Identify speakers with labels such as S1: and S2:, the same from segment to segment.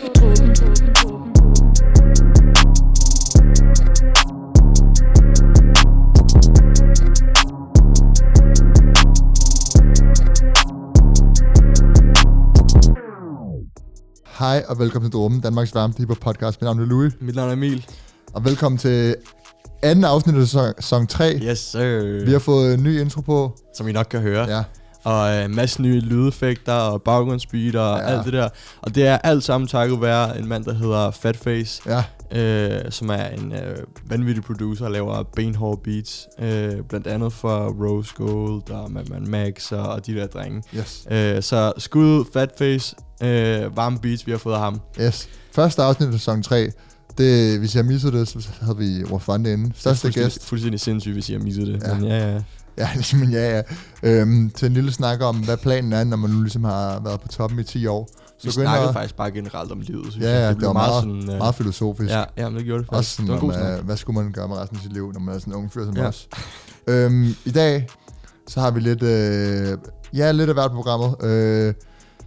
S1: Hej og velkommen til Dråben, Danmarks varmeste hiphop podcast. Mit navn er Louis.
S2: Mit navn er Emil.
S1: Og velkommen til anden afsnit af sæson 3.
S2: Yes, sir.
S1: Vi har fået en ny intro på.
S2: Som I nok kan høre.
S1: Ja.
S2: Og en masse nye lydeffekter og baggrundsbeat og alt det der. Og det er alt sammen takket være en mand, der hedder Fatface.
S1: Ja.
S2: Som er en vanvittig producer og laver benhårde beats. Blandt andet for Rose Gold og Madman Max og de der drenge.
S1: Yes.
S2: Så skud Fatface. Varme beats, vi har fået af ham.
S1: Yes. Første afsnit af sæson 3. Det, hvis jeg missede det, så havde vi Wafande inde. Største gæst.
S2: Fuldstændig sindssygt, hvis jeg missede det.
S1: Ja.
S2: Men ja.
S1: Ja, men ja. Til en lille snak om, hvad planen er, når man nu ligesom har været på toppen i 10 år.
S2: Så vi snakkede faktisk bare generelt om livet, synes
S1: jeg.
S2: Det
S1: var meget,
S2: sådan,
S1: meget filosofisk.
S2: Ja, men det gjorde det faktisk.
S1: Også sådan,
S2: det var en god snak.
S1: hvad skulle man gøre med resten af sit liv, når man er sådan en ung fyr som os. I dag, så har vi lidt af hvert på programmet.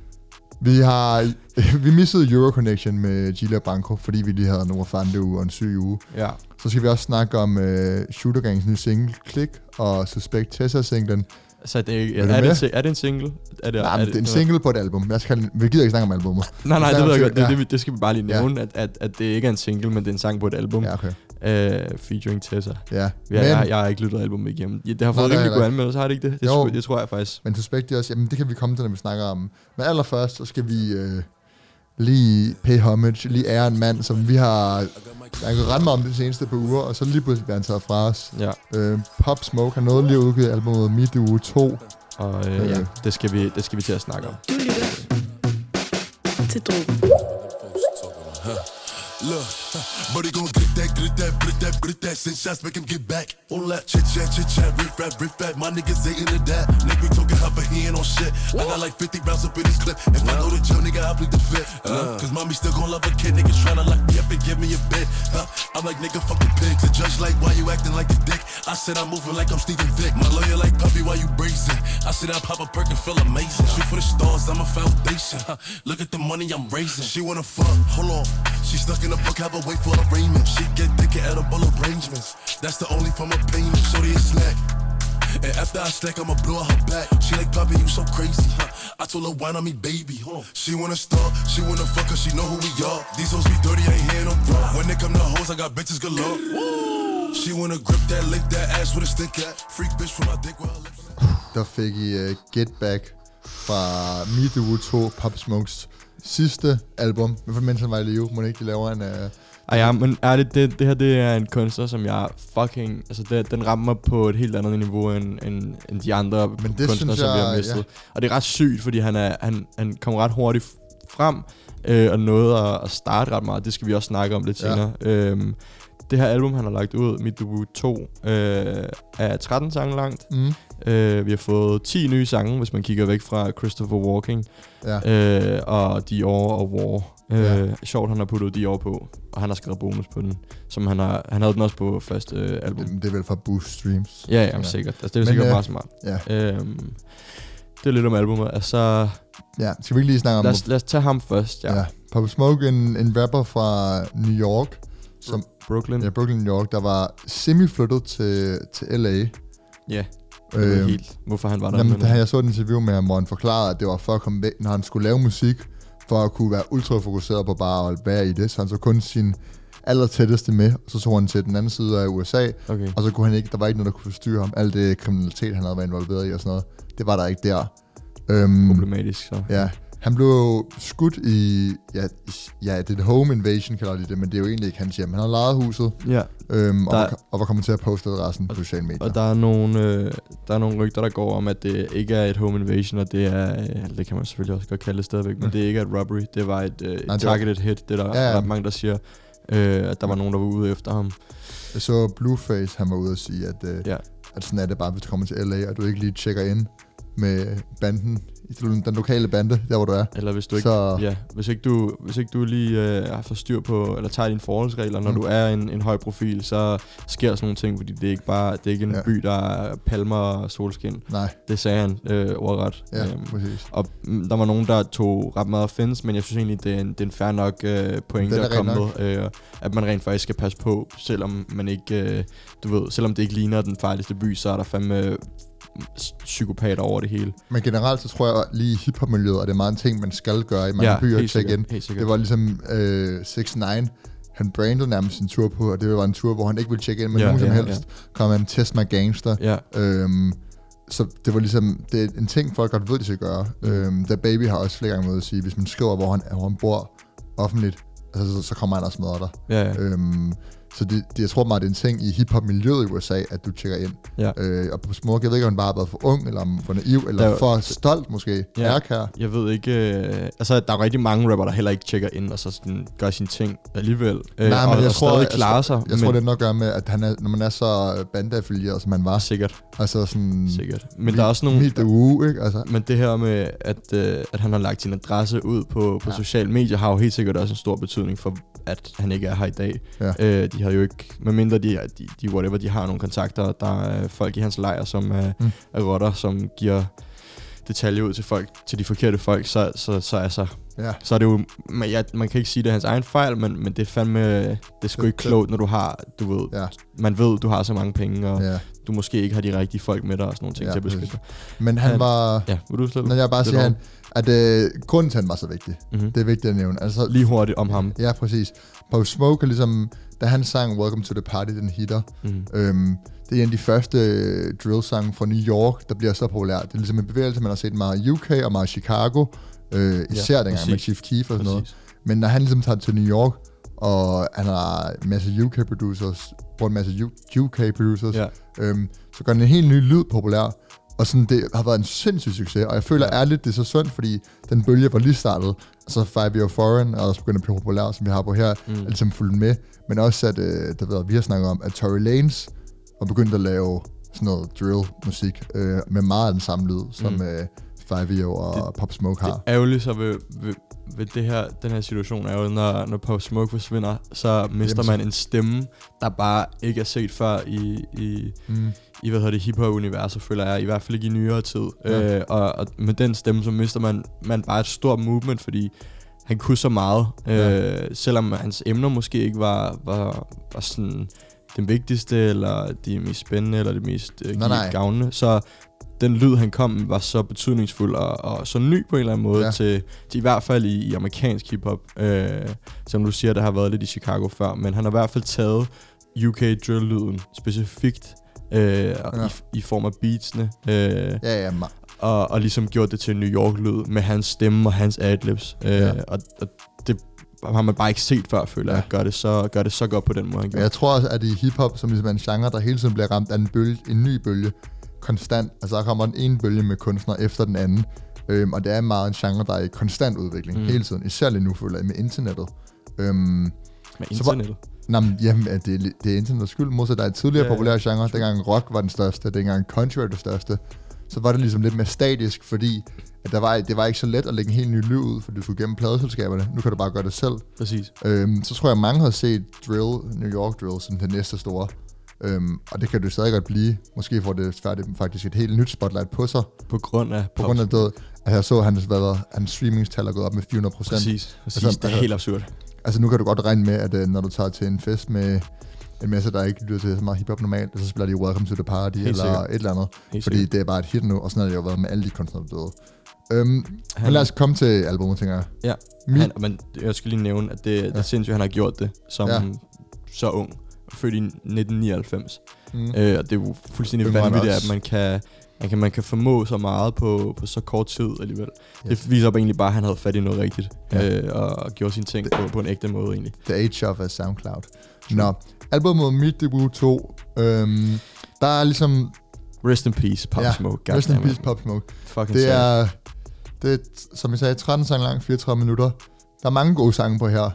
S1: Vi missede Euroconnection med Gila og Branko, fordi vi lige havde en Wafande-uge og en syg uge.
S2: Ja.
S1: Så skal vi også snakke om Shooter Gangs nye single, Klik, og Suspect Tessa-singlen.
S2: Så er det en single?
S1: Nej, det er en single på et album. Vi gider ikke snakke om albumet.
S2: Nej, det ved jeg godt. Det skal vi bare lige nævne, at det ikke er en single, men det er en sang på et album.
S1: Ja, okay.
S2: Featuring Tessa.
S1: Ja.
S2: Jeg har ikke lyttet albumet igennem. Det har fået rimelig gode anmeldelser, har det ikke det? Det tror jeg faktisk.
S1: Men Suspect også, jamen det kan vi komme til, når vi snakker om. Men allerførst, så skal vi lige pay homage, lige ære en mand, som vi har snakket ret meget om de seneste par uger, og så lige pludselig bliver han taget fra os.
S2: Ja.
S1: Pop Smoke har noget lige udgivet albumet MidUge 2.
S2: Og det skal vi til at snakke om.
S3: Du lytter til Dråben.
S4: Look, but he gon' grip that, send shots, make him get back. All that chit chat, riff rap, my niggas ain't into that. Nigga, we talking hopper, he ain't on shit. I got like 50 rounds up in this clip. If I know the jail, nigga, I'll plead the fifth. Cause mommy still gon' love a kid, niggas tryna lock me up and give me a bit. I'm like, nigga, fuck the pigs. The judge like, why you acting like a dick? I said I'm moving like I'm Steven Vick. My lawyer like, puppy, why you bracing? I said I pop a perk and feel amazing. Shoot for the stars, I'm a foundation. Look at the money I'm raising. She wanna fuck, hold on. She stuck in a book, have a wait for arraignment. She get thick at edible arrangements. That's the only form of payment. Shorty is slack. And after I slack, I'ma blow her back. She like, Poppy, you so crazy, I told her, wine on me, baby. She wanna start, she wanna fuck her, she know who we are. These hoes be dirty, I ain't hearing them raw. When they come to hoes, I got bitches galore. She wanna grip that, lick that ass with a stick at. Freak bitch from my dick with her lips.
S1: Der fik I Get Back fra MidUge 2, Pop Smokes sidste album. Mens han var i live, må ikke de laver en...
S2: Ja, men ærligt, det her det er en kunstner, som jeg fucking... Altså, den rammer på et helt andet niveau end de andre kunstnere, som vi har mistet. Ja. Og det er ret sygt, fordi han kom ret hurtigt frem og nåede at starte ret meget. Det skal vi også snakke om lidt senere. Det her album, han har lagt ud, MidUge 2, er 13 sange langt. Vi har fået 10 nye sange, hvis man kigger væk fra Christopher Walking.
S1: Ja.
S2: Og Dior og War. Sjovt, han har puttet Dior på, og han har skrevet bonus på den. Som han havde den også på første album.
S1: Det er vel fra Boost Streams.
S2: Ja, sikkert. Altså, det er sikkert bare smart.
S1: Ja.
S2: Det er lidt om albumet. Altså,
S1: ja, skal vi ikke lige snakke om...
S2: Lad os tage ham først, ja.
S1: Pop Smoke, en rapper fra New York.
S2: Brooklyn.
S1: Ja, Brooklyn, New York, der var semi-flyttet til LA.
S2: Ja, det var helt. Hvorfor han var der?
S1: Jamen, jeg så et interview med ham, hvor han forklarede, at det var for at komme væk, når han skulle lave musik, for at kunne være ultra fokuseret på bare at være i det. Så han så kun sin aller tætteste med, og så han til den anden side af USA, og så kunne han ikke, der var ikke noget, der kunne forstyrre ham. Alt det kriminalitet, han havde været involveret i og sådan noget, det var der ikke der.
S2: Problematisk, så.
S1: Ja. Han blev skudt i, det er en home invasion, kalder de det, men det er jo egentlig ikke hans hjem. Han har lejet huset, og var kommet til at poste resten på sociale medier.
S2: Og der er nogle rygter, der går om, at det ikke er et home invasion, og det er, det kan man selvfølgelig også godt kalde det stadigvæk, men det er ikke et robbery, det var et targeted hit, det er der ret mange, der siger, at der var nogen, der var ude efter ham.
S1: Jeg så Blueface, han var ude og sige, at sådan er det bare, hvis du kommer til LA, og du ikke lige tjekker ind med banden den lokale bande, der hvor du er.
S2: Eller hvis du ikke, hvis ikke du lige har fået styr på, eller tager dine forholdsregler, når du er en høj profil, så sker sådan nogle ting, fordi det er ikke en by, der er palmer og solskin.
S1: Nej.
S2: Det sagde han ordret.
S1: Ja, præcis.
S2: Og der var nogen, der tog ret meget offense, men jeg synes egentlig, det er en fair nok pointe at komme med, at man rent faktisk skal passe på, selvom man ikke, selvom det ikke ligner den farligste by, så er der fandme psykopater over det hele.
S1: Men generelt så tror jeg lige i hiphop-miljøet, og det er meget en ting, man skal gøre i mange byer at tjekke ind. Det var ligesom 6ix9ine, han brandede nærmest sin tur på, og det var en tur, hvor han ikke ville tjekke ind med nogen som helst. Kom han, test my gangster. Så det var ligesom, det er en ting, folk godt ved, de skal gøre. Da Baby har også flere gange måde at sige, hvis man skriver, hvor han bor offentligt, altså, så kommer han også med dig. Så jeg tror meget, det er en ting i hiphop-miljøet i USA, at du tjekker ind. Og på Smoke, jeg ved ikke, om han bare har været for ung, eller for naiv, eller for stolt måske.
S2: Jeg ved ikke, altså der er rigtig mange rapper, der heller ikke tjekker ind, og så sådan, gør sine ting alligevel.
S1: Nej, men jeg tror,
S2: jeg
S1: tror, det er nok at gøre med, at han er, når man er så bandeaffilieret, som han var.
S2: Sikkert.
S1: Altså sådan...
S2: Sikkert. Men der er også nogle...
S1: ikke? Altså.
S2: Men det her med, at han har lagt sin adresse ud på sociale medier, har jo helt sikkert også en stor betydning for, at han ikke er her i dag. De har jo ikke, medmindre de whatever, de har nogle kontakter, der er folk i hans lejr, som er rotter, som giver detaljer ud til folk, til de forkerte folk, så er det jo, man kan ikke sige, det er hans egen fejl, men det er fandme, det er sgu ikke klogt, når du har, man ved, du har så mange penge, og du måske ikke har de rigtige folk med dig, og sådan nogle ting til at beskytte dig.
S1: Men han var,
S2: vil du
S1: når jeg bare siger, at grunden til, han var så vigtig, det er vigtigt at nævne. Altså,
S2: lige hurtigt om ham.
S1: Ja, præcis. Pop Smoke er ligesom, da han sang Welcome to the Party, den hitter, det er en af de første drill-sange fra New York, der bliver så populær. Det er ligesom en bevægelse, man har set meget i UK og meget i Chicago, især dengang med Chief Keef og sådan noget. Men når han ligesom tager til New York, og han har en masse UK-producers, bruger en masse UK-producers, så gør han en helt ny lyd populær. Og sådan, det har været en sindssyg succes, og jeg føler ærligt, det er så synd, fordi den bølge var lige startet, og så 5 Year Foreign, og også begyndt at blive populær, som vi har på her, er ligesom fulgt med. Men også, at vi har snakket om, at Tory Lanez var begyndt at lave sådan noget drill-musik, med meget af den samme lyd, som 5 Year og Pop Smoke har.
S2: Det ærgerligt så ved den her situation er jo, når Pop Smoke forsvinder, så mister man en stemme, der bare ikke er set før i hiphop-universet, føler jeg, i hvert fald ikke i nyere tid. Og med den stemme, så mister man bare et stort movement, fordi han kunne så meget, selvom hans emner måske ikke var sådan den vigtigste, eller de mest spændende, eller det mest gavnende, så den lyd, han kom med, var så betydningsfuld og så ny på en eller anden måde til i hvert fald i amerikansk hiphop. Som du siger, der har været lidt i Chicago før, men han har i hvert fald taget UK drill-lyden specifikt i form af beatsene. Og ligesom gjort det til en New York-lyd med hans stemme og hans adlibs. Og det har man bare ikke set før, føler jeg. Gør det så godt på den måde, han gjorde.
S1: Jeg tror også, at i hiphop, som ligesom er en genre, der hele tiden bliver ramt af en ny bølge, konstant. Altså der kommer den ene bølge med kunstnere efter den anden. Og det er meget en genre, der er i konstant udvikling hele tiden. Især lige nu, føler jeg, med internettet.
S2: Med internettet?
S1: Det er internetets skyld. Modsat der er tidligere populære genre. Dengang rock var den største, dengang country var det største. Så var det ligesom lidt mere statisk, fordi at det var ikke så let at lægge en helt ny lyd ud, fordi du skulle gennem pladeselskaberne. Nu kan du bare gøre det selv.
S2: Præcis.
S1: Så tror jeg, mange har set New York drill som det næste store. Og det kan det stadig godt blive. Måske får det faktisk et helt nyt spotlight på sig.
S2: På grund af
S1: det. Altså jeg så, hans streamingstal er gået op med 400%.
S2: Præcis. Det er helt absurd.
S1: Altså nu kan du godt regne med, at når du tager til en fest med en masse, der ikke lytter til så meget hiphop normalt, så spiller de Welcome to the Party helt eller sikkert. Et eller andet. Helt fordi sikkert. Det er bare et hit nu, og sådan har det jo været med alle de kunstnere, der døde. Men lad os komme til albumet, tænker jeg.
S2: Ja, men jeg skal lige nævne, at det er sindssygt, han har gjort det som så ung. Født i 1999. Og det er jo fuldstændig vanvittigt, at man kan formå så meget på så kort tid alligevel. Det viser egentlig bare, at han havde fat i noget rigtigt, og gjorde sine ting på en ægte måde egentlig.
S1: The Age of SoundCloud. Nå, albumet Mit Debut 2, der er ligesom...
S2: Rest in peace, Pop Smoke.
S1: Rest in peace, Pop Smoke. Det er, som jeg sagde, 13 sange lang, 34 minutter. Der er mange gode sange på her.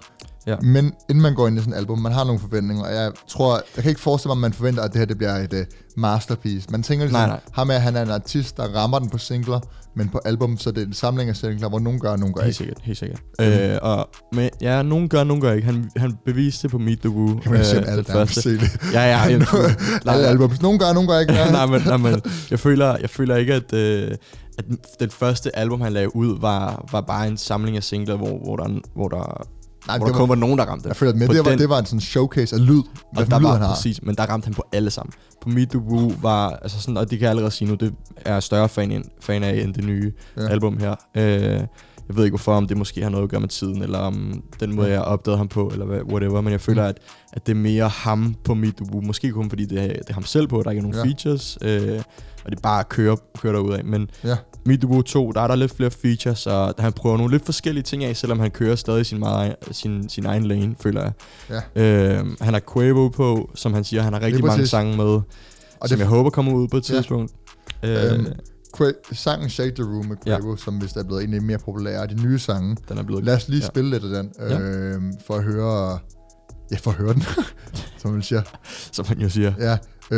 S2: Ja.
S1: Men inden man går ind i sådan et album, man har nogle forventninger, og jeg kan ikke forestille mig, at man forventer, at det her det bliver et masterpiece. Man tænker ligesom, ham med, at han er en artist, der rammer den på singler, men på album, så det er en samling af singler, hvor nogen gør, nogen gør ikke.
S2: Helt sikkert. Nogen gør ikke. Han beviste på Meet the Woo.
S1: Kan man sige alt der se det?
S2: Ja.
S1: Alle albums. Nogen gør ikke. Ja.
S2: nej, men jeg føler ikke, at den første album, han lavede ud, var bare en samling af singler, hvor der kun var nogen, der ramte.
S1: Jeg føler, at det var en sådan showcase af lyd.
S2: Og der var præcis, men der ramte han på alle sammen. På Meet the Woo var, altså sådan, og det kan jeg allerede sige nu, det er jeg større fan af end det nye album her. Jeg ved ikke hvorfor, om det måske har noget at gøre med tiden, eller om den måde, jeg opdagede ham på, eller whatever, men jeg føler, at det er mere ham på Meet the Woo. Måske kun fordi det er ham selv på, der ikke er nogen features, og det bare kører derudad. Men Meet the Woo 2, der er der lidt flere features, og han prøver nogle lidt forskellige ting af, selvom han kører stadig sin egen lane, føler jeg. Han har Quavo på, som han siger, han har rigtig mange sange med, og som jeg håber kommer ud på et tidspunkt.
S1: Sangen Shake the Room med Quavo, som hvis der er blevet egentlig mere populær, og de nye sange.
S2: Den er blevet
S1: lad os lige spille lidt af den, for at høre... Ja, for at høre den, som man siger.
S2: Som man jo siger.
S1: Ja,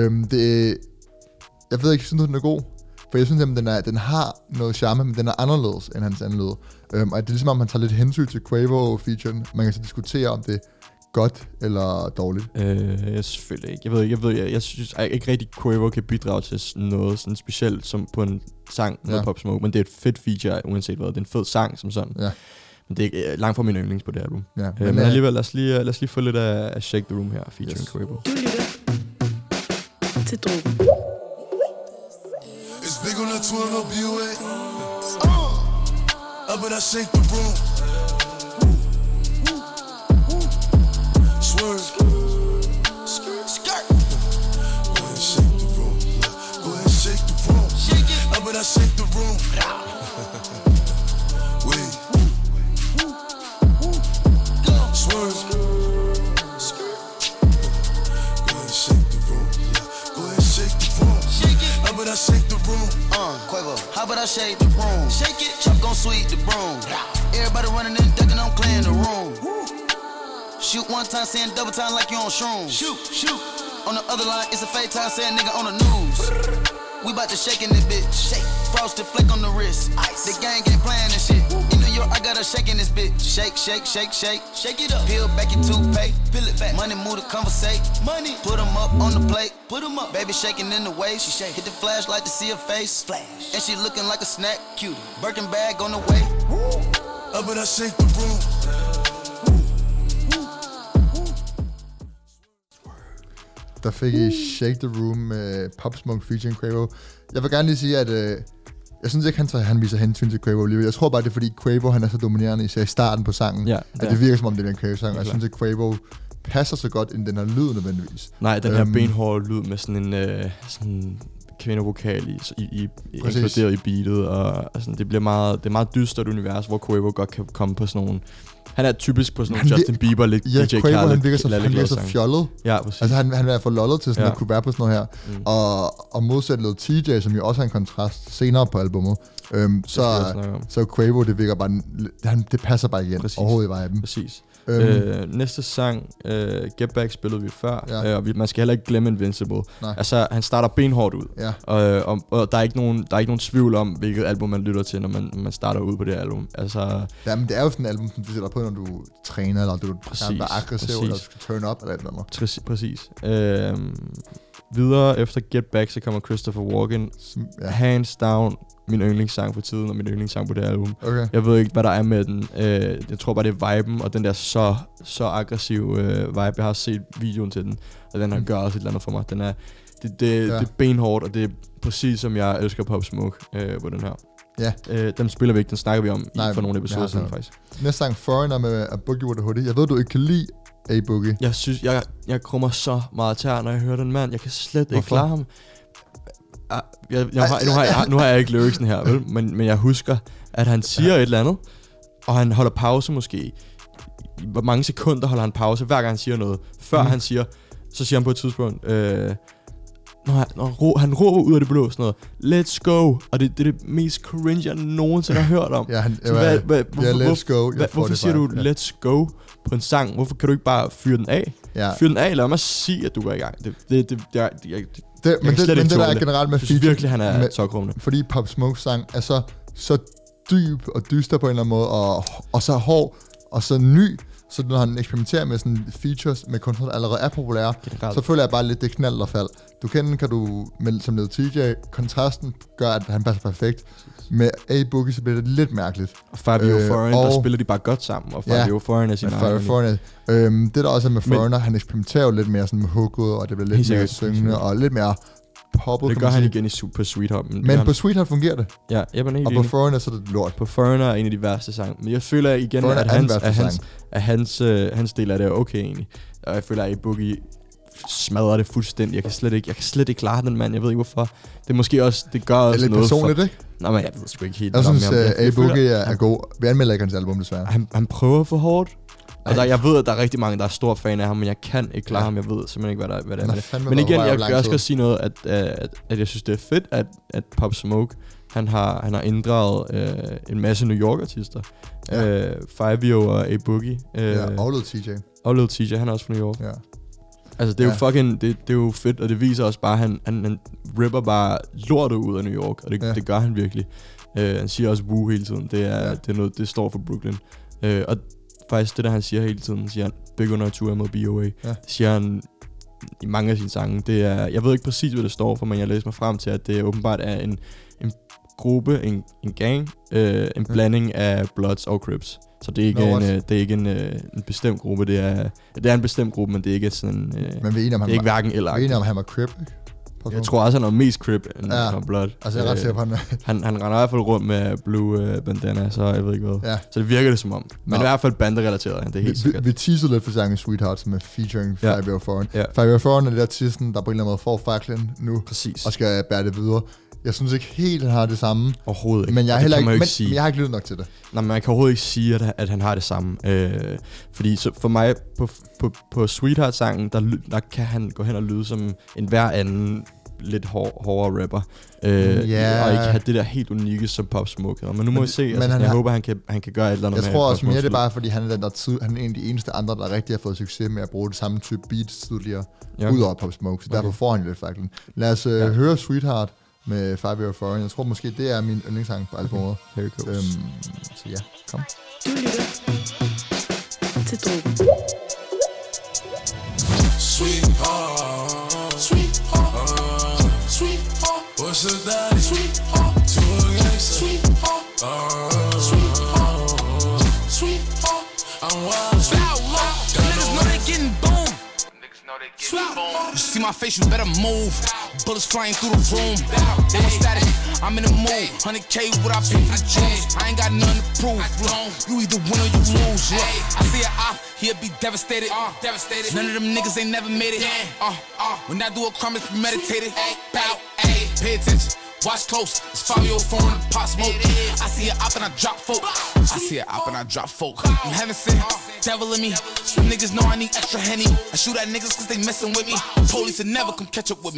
S1: jeg ved ikke, jeg synes, den er god. For jeg synes, at den har noget charme, men den er anderledes end hans anden lyd. Og det er ligesom, at man tager lidt hensyn til Quavo-featuren. Man kan så diskutere, om det godt eller dårligt.
S2: Jeg selvfølgelig ikke. Jeg synes ikke rigtig, Quavo kan bidrage til noget sådan specielt som på en sang med Pop Smoke, men det er et fedt feature, uanset hvad. Det er en fed sang som sådan. Ja. Men det er langt fra min yndlings på det album. Ja, men alligevel, lad os lige få lidt af Shake the Room her, featuring Quavo.
S3: Du lytter til Drogen.
S4: It's big on that 12 up UA. Up and I shake the room. Swerve. Skirt. Go ahead and shake the room. Go ahead and shake the room. Shake it. Up and I shake the room. Wait. Swerve. Skirt. Go ahead and shake the room. Go ahead and shake the room. Shake it. Up and I shake the room.
S5: Quavo. How about I shake the room? Shake it. Chop gon' sweep the broom. Everybody running and ducking, I'm clearing the room. Shoot one time, saying double time like you on shrooms. Shoot. On the other line, it's a fake time, saying nigga on the news. We bout to shake in this bitch. Shake. Frosted flake on the wrist. Ice. The gang ain't playing this shit. In New York, I got a shake in this bitch. Shake. Shake it up. Peel back your toothpaste. Peel it back. Money move to conversate. Money. Put them up on the plate. Put them up. Baby shaking in the waist. She shake. Hit the flashlight to see her face. Flash. And she looking like a snack. Cutie. Birkin bag on the way.
S4: Up and I shake the room.
S1: Der fik I Shake the Room med Pop Smoke featuring Quavo. Jeg vil gerne lige sige, at jeg synes ikke, han viser hensyn til Quavo lige. Jeg tror bare, det er fordi Quavo han er så dominerende, især i starten på sangen. Ja, at det virker som om, det er en Quavo-sang. Jeg synes, at Quavo passer så godt, end den her lyd nødvendigvis.
S2: Nej, den her benhårde lyd med sådan en sådan kvindevokal inkluderet i beatet. Og altså, det er meget dystert univers, hvor Quavo godt kan komme på sådan nogle... Han er typisk på sådan nogle Justin Bieber, lidt DJ Khaled.
S1: Ja, han virker så fjollet.
S2: Ja, præcis.
S1: Altså han er for lollet til sådan at kunne være på sådan noget her. Og modsat lidt TJ, som jo også har en kontrast senere på albumet. Så Quavo, det virker bare... Det passer bare igen overhovedet i viben.
S2: Præcis. Næste sang, Get Back, spillede vi før, og man skal heller ikke glemme Invincible. Nej. Altså, han starter benhårdt ud, og der er ikke nogen tvivl om, hvilket album man lytter til, når man starter ud på det album. Altså,
S1: ja, men det er jo sådan et album, som du sætter på, når du træner, eller du er aggressiv, eller du skal turn up, eller et eller andet.
S2: Præcis. Videre efter Get Back, så kommer Christopher Walken, hands down min yndlingssang for tiden, og min yndlingssang på det album. Okay. Jeg ved ikke, hvad der er med den. Jeg tror bare, det er viben, og den der så aggressive vibe. Jeg har set videoen til den, og den har gør også et eller andet for mig. Den er, det er benhårdt, og det er præcis som jeg elsker Pop Smoke på den her. Ja. Den spiller vi ikke, den snakker vi om for nogle episoder siden faktisk.
S1: Næste sang, Foreigner med A Boogie With A Hoodie. Jeg ved, du ikke kan lide A Boogie.
S2: Jeg synes, jeg krummer så meget tær, når jeg hører den mand. Jeg kan slet ikke klare ham. Nu har jeg ikke lyricsen her, vel? Men jeg husker, at han siger et eller andet, og han holder pause måske. Hvor mange sekunder holder han pause, hver gang han siger noget. Før han siger, så siger han på et tidspunkt, når han råber ud af det blå sådan noget, let's go, og det er det mest cringe, jeg nogensinde har hørt om.
S1: Let's go.
S2: Hvorfor siger du let's go på en sang? Hvorfor kan du ikke bare fyre den af? Fyre den af, lad mig sige, at du går i gang. Men det der er generelt med feature, virkelig, han er tokrummende.
S1: Fordi Pop Smoke sang er så dyb og dyster på en eller anden måde, og så hård, og så ny, så når han eksperimenterer med sådan features med kunstnere, der allerede er populære, så føler jeg bare lidt, det knald og fald. Kan du som Lil TJ, kontrasten gør, at han passer perfekt. Med A-Boogie, så bliver det lidt mærkeligt.
S2: Og Fabio Foreign, der spiller de bare godt sammen, og Fabio Foreign er sin
S1: egen. Det der også er med Foreigner, han eksperimenterer jo lidt mere sådan med hooket, og det bliver lidt mere syngende, og lidt mere poppet.
S2: Det gør han igen på Sweetheart.
S1: Men på Sweetheart fungerer det.
S2: Ja, jeg er helt
S1: og på Foreigner, så er det lort.
S2: På Foreigner er en af de værste sange. Men jeg føler igen, at hans del af det er okay egentlig. Og jeg føler, at A-Boogie smadrer det fuldstændig. Jeg kan slet ikke klare den, mand. Jeg ved ikke hvorfor. Det er måske også, det gør også noget
S1: personligt, ikke?
S2: Nej, men jeg ved sgu ikke helt.
S1: Jeg synes, A-Boogie er god. Vi anmelder ikke hans album, desværre.
S2: Han prøver for hårdt. Og jeg ved, at der er rigtig mange, der er store fan af ham, men jeg kan ikke klare ham. Jeg ved simpelthen ikke, hvad det er. Men igen, jeg kan også sige noget, at jeg synes, det er fedt, at Pop Smoke, han har inddraget en masse New York-artister. Fivio og A-Boogie.
S1: Og Lil TJ.
S2: Og Lil TJ, han er også fra New York. Ja. Altså, det er jo fucking, det er jo fedt, og det viser også bare, han ripper bare lortet ud af New York, og det gør han virkelig. Han siger også woo hele tiden. Det er noget, det står for Brooklyn. Og faktisk det, der han siger hele tiden, siger han, Big on tour mod BOA. Det siger han i mange af sine sange. Det er, jeg ved ikke præcis, hvad det står for, men jeg læser mig frem til, at det åbenbart er en gruppe, en gang, en blanding af Bloods og Crips. Så det er ikke en bestemt gruppe. Det er en bestemt gruppe, men det er ikke sådan. Men
S1: vi er enige om,
S2: det er ikke hverken eller.
S1: Vi er enige om, han var Crip, ikke?
S2: Jeg tror også, han er mest Crip end han var Blood.
S1: Altså, jeg er ret sikker på,
S2: han render i hvert fald rundt med blue bandana, så jeg ved ikke hvad. Ja. Så det virker det som om. Men i hvert fald banderelateret, det er helt sikkert.
S1: Vi teaser lidt for sangen Sweetheart, som er featuring Fabio Foreign. Fabio Foreign er det der artisten, der på en eller anden måde får faklen nu.
S2: Præcis.
S1: Og skal bære det videre. Jeg synes ikke helt, han har det samme.
S2: Overhovedet ikke.
S1: Men jeg har ikke lyttet nok til det.
S2: Nej, man kan overhovedet ikke sige, at han har det samme. Fordi så for mig, på Sweetheart-sangen, der kan han gå hen og lyde som en hver anden lidt hårdere rapper. Og ikke have det der helt unikke, som Pop Smoke hedder. Men nu må vi se. Altså, jeg håber, han kan gøre et eller andet.
S1: Jeg tror også mere, det er bare, fordi han er en af de eneste andre, der rigtig har fået succes med at bruge det samme type beats tidligere, udover Pop Smoke. Så derfor får han lidt faklen. Lad os høre Sweetheart med Fabio Foreign. Jeg tror måske, det er min yndlingssang på albumet.
S2: Here it goes.
S1: Så ja, kom.
S3: Du lytter til Drogen.
S4: Sweetheart, sweetheart, sweetheart. What's your daddy? Sweetheart, to a gangster. Sweetheart, sweetheart, sweetheart. I'm wild.
S5: Niggas know they getting boom. You see my face, you better move. Bullets flying through the room. I'm static, I'm in the mood. 100K what I pay for the juice. I ain't got nothing to prove. You either win or you lose. I see a op, he'll be devastated. None of them niggas ain't never made it. When I do a crime, it's premeditated. Bow, pay attention. Watch close, it's Fabio Foreign, Pop Smoke. I see it up and I drop folk. I'm heaven sent, devil in me. Some niggas know I need extra Henny. I shoot at niggas cause they messing with me. Police will never come catch up with me.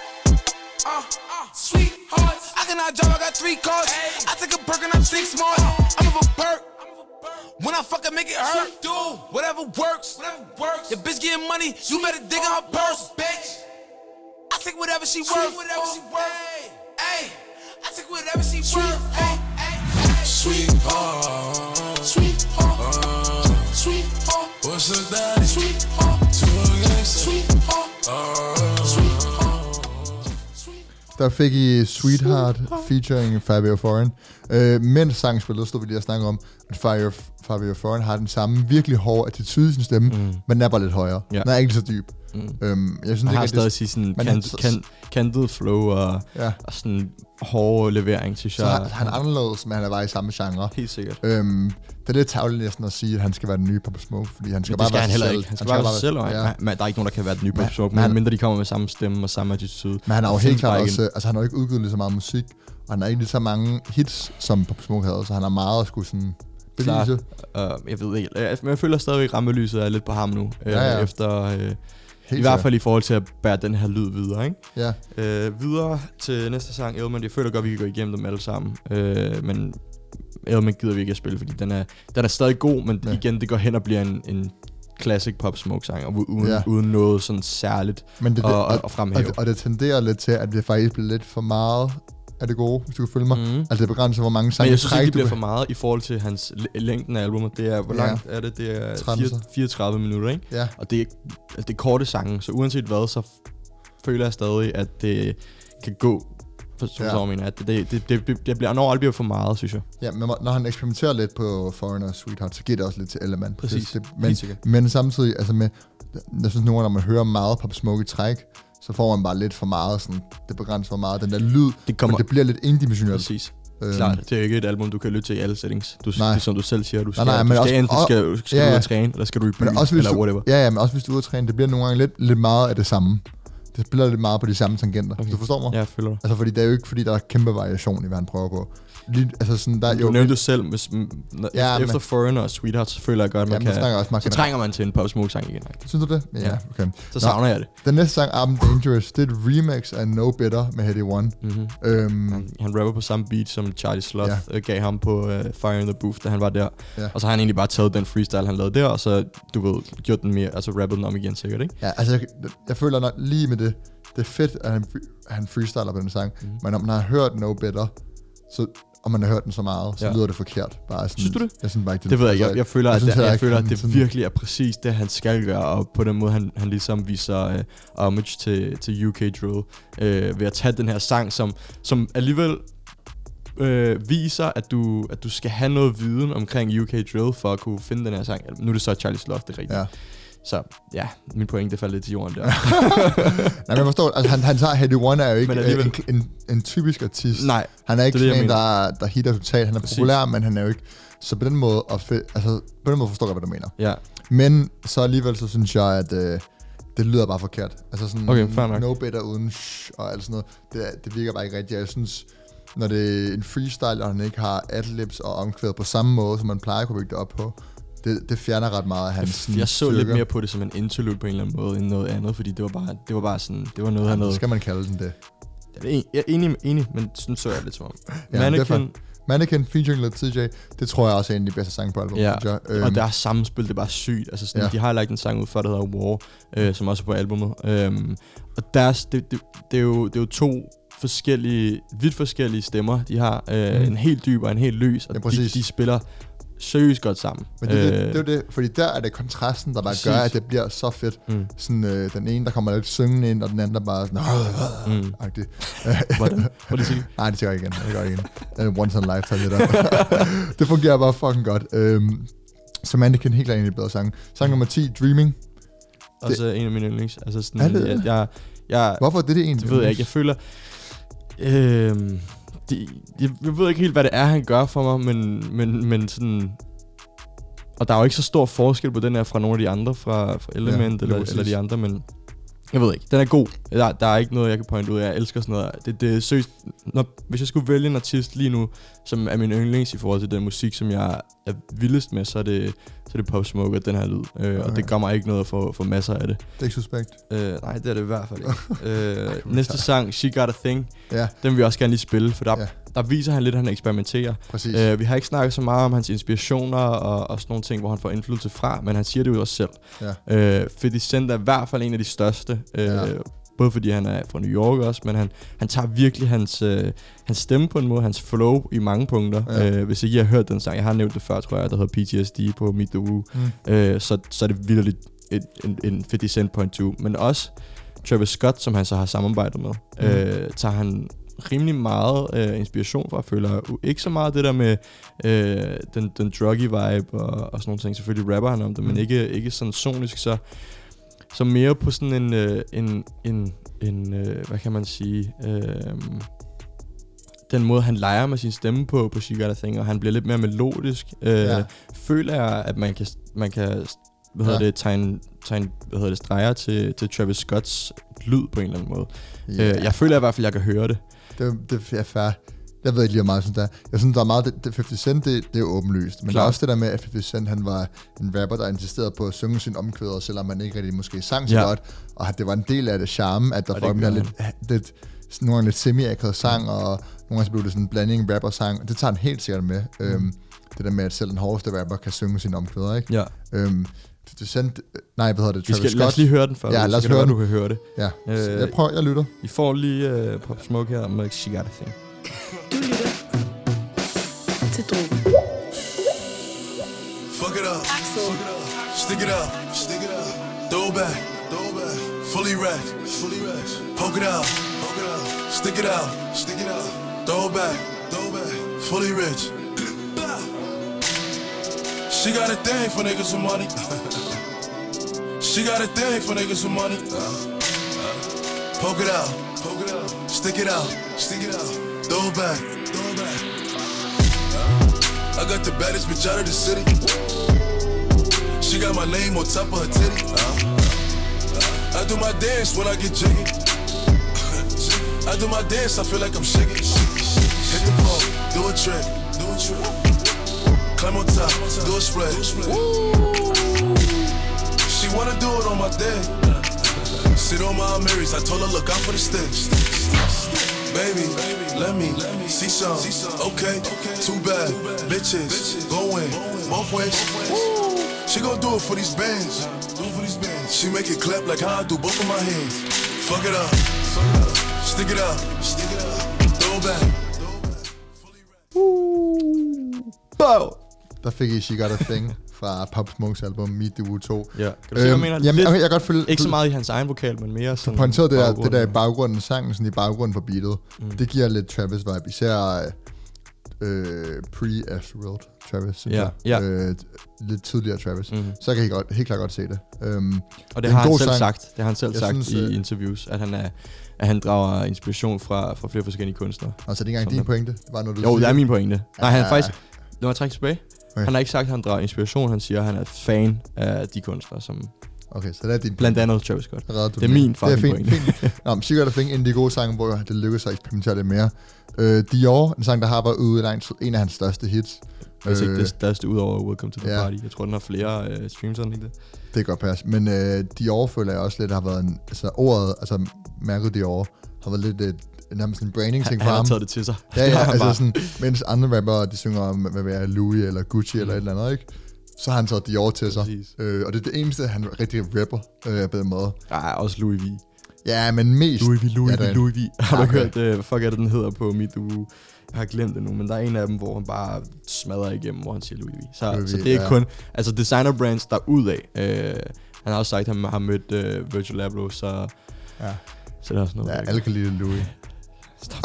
S5: Sweethearts, I cannot drive, I got 3 cars. I take a perk and I think smart. I'm of a perk. When I fuck, I make it hurt. Whatever works. Your bitch getting money, you better dig in her purse, bitch. I take whatever she worth. Hey, I take whatever she worth.
S4: Sweetheart, sweetheart, sweetheart. What's your daddy? Sweetheart, to a gangster. Sweetheart, sweetheart.
S1: Der fik I Sweetheart featuring Fabio Foreign. Mens sangen spillede, stod vi lige og snakke om, at Fabio Foreign har den samme virkelig hårde attitude i sin stemme, men den er bare lidt højere. Den er ikke så dyb.
S2: Jeg synes, han har stadig sådan kantet flow og sådan hårde levering, synes jeg.
S1: Så han er anderledes, men han er bare i samme genre.
S2: Helt sikkert.
S1: Det er lidt tavligt næsten at sige, at han skal være den nye Pop Smoke, fordi han skal bare være sig selv.
S2: Han skal bare være sig selv, men der er ikke nogen, der kan være den nye Pop Smoke, medmindre de kommer med samme stemme og samme attitude.
S1: Men han har jo helt klart også, altså han har jo ikke udgivet lige så meget musik, og han har ikke lige så mange hits, som Pop Smoke havde, så han har meget at skulle sådan bevise.
S2: Jeg ved ikke, men jeg føler stadigvæk, at rammelyset er lidt på ham nu, efter I hvert fald i forhold til at bære den her lyd videre, ikke?
S1: Ja.
S2: Videre til næste sang, Element. Jeg føler godt, vi kan gå igennem dem alle sammen. Men Element gider vi ikke at spille, fordi den er stadig god, men igen, det går hen og bliver en classic Pop Smoke sang, og uden noget sådan særligt at fremhæve.
S1: Og det tenderer lidt til, at det faktisk bliver lidt for meget af det gode, hvis du kan følge mig. Altså det begrænser, hvor mange sange.
S2: Men jeg synes ikke, det bliver for meget i forhold til hans længden af albumet. Det er, hvor langt er det? Det er 34 minutter, ikke?
S1: Ja.
S2: Og det er korte sange, så uanset hvad, så føler jeg stadig, at det kan gå. Det bliver for meget, synes jeg.
S1: Ja, men når han eksperimenterer lidt på Foreigner Sweetheart, så giver det også lidt til Element.
S2: Præcis.
S1: Men samtidig, altså med, jeg synes når man hører meget Pop Smoke i træk, så får man bare lidt for meget, sådan, det begrænser for meget, den der lyd, det bliver lidt indimensionelt.
S2: Præcis. Klart, det er jo ikke et album, du kan lytte til i alle settings. Som du selv siger, du skal ud og træne, eller skal du i byen, eller whatever.
S1: Ja, men også hvis du er ude at træne, det bliver nogle gange lidt meget af det samme. Det spiller lidt meget på de samme tangenter. Okay. Du forstår mig?
S2: Ja, jeg føler det.
S1: Altså, fordi det er jo ikke, fordi der er kæmpe variation i, hvad han prøver på. Altså, sådan, der,
S2: du nævnte selv, efter Foreigner og Sweetheart, så føler jeg godt, at så trænger man til en Pop Smoke sang igen.
S1: Synes du det? Ja, okay.
S2: Så savner jeg det.
S1: Den næste sang, I'm Dangerous, det er et remix af No Better med Headie One.
S2: Han rapper på samme beat, som Charlie Sloth gav ham på Fire in the Booth, da han var der. Og så har han egentlig bare taget den freestyle, han lavede der, og så, gjort den mere, altså rappet den om igen sikkert, ikke?
S1: Ja, altså, jeg føler nok lige med det er fedt, at han freestyler på den sang, men om man har hørt No Better, så og man har hørt den så meget, så lyder det forkert. Bare sådan,
S2: synes du det?
S1: Jeg synes bare ikke,
S2: det ved jeg ikke. Jeg føler, at det virkelig er præcis det, han skal gøre, og på den måde, han ligesom viser homage til UK Drill, ved at tage den her sang, som alligevel viser, at du skal have noget viden omkring UK Drill, for at kunne finde den her sang. Nu er det så Charlie Sloth, det er rigtigt. Ja. Så ja, min pointe faldt lidt til jorden der.
S1: Nej, men jeg forstår, altså han tager Headie One er jo ikke en typisk artist.
S2: Nej.
S1: Han er ikke sådan en, der hitter totalt. Han er populær, men han er jo ikke. Så på den måde, forstår jeg, hvad du mener.
S2: Ja.
S1: Men så alligevel, så synes jeg, at det lyder bare forkert. Altså sådan No Better uden og alt sådan noget. Det virker bare ikke rigtigt. Jeg synes, når det er en freestyle, og han ikke har adlibs og omkvæd på samme måde, som man plejer at kunne bygge det op på, det fjerner ret meget af hans
S2: Jeg så lidt mere på det som en interlude på en eller anden måde, end noget andet, fordi det var bare sådan, det var noget, han havde.
S1: Skal man kalde den det?
S2: Jeg er enig, men sådan så jeg lidt som om.
S1: Mannequin featuring Lil TJ, det tror jeg også er en af de bedste sange på albumet.
S2: Ja, og der er sammenspil, det er bare sygt. Altså sådan, de har lagt en sang ud før, der hedder War, som også er på albumet. Og det er jo to vidt forskellige stemmer, de har. En helt dyb og en helt løs, og de spiller seriøst godt sammen.
S1: Men det er jo det, fordi der er det kontrasten, der bare gør, at det bliver så fedt. Sådan, den ene, der kommer lidt syngende ind, og den anden, der bare sådan agtig.
S2: Hvordan? Hvad det sige?
S1: Nej, det gør jeg igen. Once in a lifetime, det der. Det fungerer bare fucking godt. Så Mannequin helt klart en af de bedre sange. Sang nummer 10, Dreaming.
S2: Også en af mine yndlings. Altså sådan, jeg
S1: hvorfor er det egentlig?
S2: Det ved jeg ikke. Jeg føler... jeg ved ikke helt, hvad det er, han gør for mig, men sådan... Og der er jo ikke så stor forskel på den her fra nogle af de andre, fra Element eller de andre, men... Jeg ved ikke, den er god. Der er ikke noget, jeg kan pointe ud af. Jeg elsker sådan noget. Det er seriøst... Hvis jeg skulle vælge en artist lige nu, som er min yndlings i forhold til den musik, som jeg er vildest med, så er det Pop Smoke og den her lyd. Og det gør mig ikke noget for masser af det.
S1: Det er ikke suspekt?
S2: Nej, det er det i hvert fald ikke. Næste sang, She Got A Thing, den vil jeg også gerne lige spille, for der viser han lidt, at han eksperimenterer.
S1: Præcis.
S2: Vi har ikke snakket så meget om hans inspirationer og sådan nogle ting, hvor han får indflydelse fra, men han siger det jo også selv. 50 Cent er i hvert fald en af de største, både fordi han er fra New York også, men han tager virkelig hans stemme på en måde, hans flow i mange punkter. Hvis ikke I har hørt den sang, jeg har nævnt det før, tror jeg, der hedder PTSD på Meet The Woo, så er det virkelig en 50 Cent point 2, men også Travis Scott, som han så har samarbejdet med, tager han rimelig meget inspiration fra, føler ikke så meget det der med den druggy vibe og sådan nogle ting. Selvfølgelig rapper han om det, men ikke sådan sonisk, så mere på sådan en hvad kan man sige, den måde han leger med sin stemme på She Got A Thing, og han bliver lidt mere melodisk. Føler jeg, at man kan tegne streger til Travis Scotts lyd på en eller anden måde. Jeg føler i hvert fald, at jeg kan høre det.
S1: Det er fair. Jeg ved ikke lige, hvor meget jeg synes, der er. Jeg synes, der er meget... 50 Cent, det er åbenlyst. Men der er også det der med, at 50 Cent, han var en rapper, der insisterede på at synge sin omkvæder, selvom man ikke rigtig måske sang så godt. Og at det var en del af det charme, at der for dem lidt nogle gange lidt semi-akavet sang, og nogle gange så blev det sådan en blanding rapper-sang. Det tager han helt sikkert med. Det der med, at selv den hårdeste rapper kan synge sine omkvæder, ikke?
S2: Ja.
S1: 50 Cent... Nej, hvad hedder det? Travis Scott.
S2: Lad os lige høre den først.
S1: Ja, lad os høre den.
S2: Du kan høre det.
S1: Ja. Jeg lytter.
S2: I får lige Pop Smoke her med She Got A Thing.
S3: Du lytter til Drogen.
S4: Fuck it up. Stick it up. Throw it back. Fully wrapped. Poke it out. Stick it out. Throw it back. Fully rich. She got a thing for niggas with money. She got a thing for niggas with money. Poke it out. Stick it out. Throw it back. I got the baddest bitch out of the city. She got my name on top of her titty. I do my dance when I get jiggy. I do my dance, I feel like I'm shiggy. Hit the pole, do a trick. Climb on top, do a split. She wanna do it on my day. Sit on my Marys, I told her look out for the sticks. Baby, let me see some. Okay, too bad. Bitches, going both ways. She gon' do it for these bands. She make it clap like how I do both of my hands. Fuck it up. Stick it up. Throw it back.
S2: Bow!
S1: Der fik I She Got A Thing fra Pop Smokes album Meet the Woo 2.
S2: Ja. Kan du se, hvad jeg mener?
S1: Jamen, jeg kan godt følge...
S2: Ikke så meget i hans egen vokal, men mere sådan...
S1: Du pointerede det der i baggrunden af sangen, sådan i baggrunden på beatet. Det giver lidt Travis-vibe. Især pre-Astroworld Travis, synes jeg. Lidt tidligere Travis. Så kan jeg helt klart godt se det.
S2: Og det har han selv sagt. Det har han selv sagt i interviews, at han drager inspiration fra flere forskellige kunstnere.
S1: Altså, det er ikke engang din pointe? Det var noget, du
S2: jo, det er min pointe. Nej, han faktisk... Nu har jeg trækket tilbage. Okay. Han har ikke sagt, at han drager inspiration. Han siger, at han er fan af de kunstnere, som...
S1: Okay, så det er din...
S2: Blandt andet Travis Scott. Det er min fucking pointe.
S1: Nå, men She Got A Thing, en af de gode sange, hvor det lykkedes at eksperimentere lidt mere. Dior, en sang, der har været ude i lang tid. En af hans største hits.
S2: Hvis ikke det største ud over Welcome to the Party. Jeg tror, den har flere streams, sådan ikke det?
S1: Det kan godt passe. Men Dior føler jeg også lidt, har været en... Altså ordet, altså mærket Dior, har været lidt nærmest en branding-ting for ham.
S2: Han har taget det til sig.
S1: Ja, altså sådan, mens andre rapper, de synger om, hvad er Louis eller Gucci eller et eller andet, ikke? Så har han taget Dior til sig. Og det er det eneste, han rigtig rapper på den måde.
S2: Ja, også Louis V.
S1: Ja, men mest...
S2: Louis V. Har du hørt, hvad fuck er det, den hedder på Meet the Woo? Jeg har glemt det nu, men der er en af dem, hvor han bare smadrer igennem, hvor han siger Louis V. Så det er ikke kun... Altså designer brands derudad. Han har også sagt, at han har mødt Virgil Abloh, så... Ja. Så det er også noget...
S1: Ja, alle kan lide Louis.
S2: Stop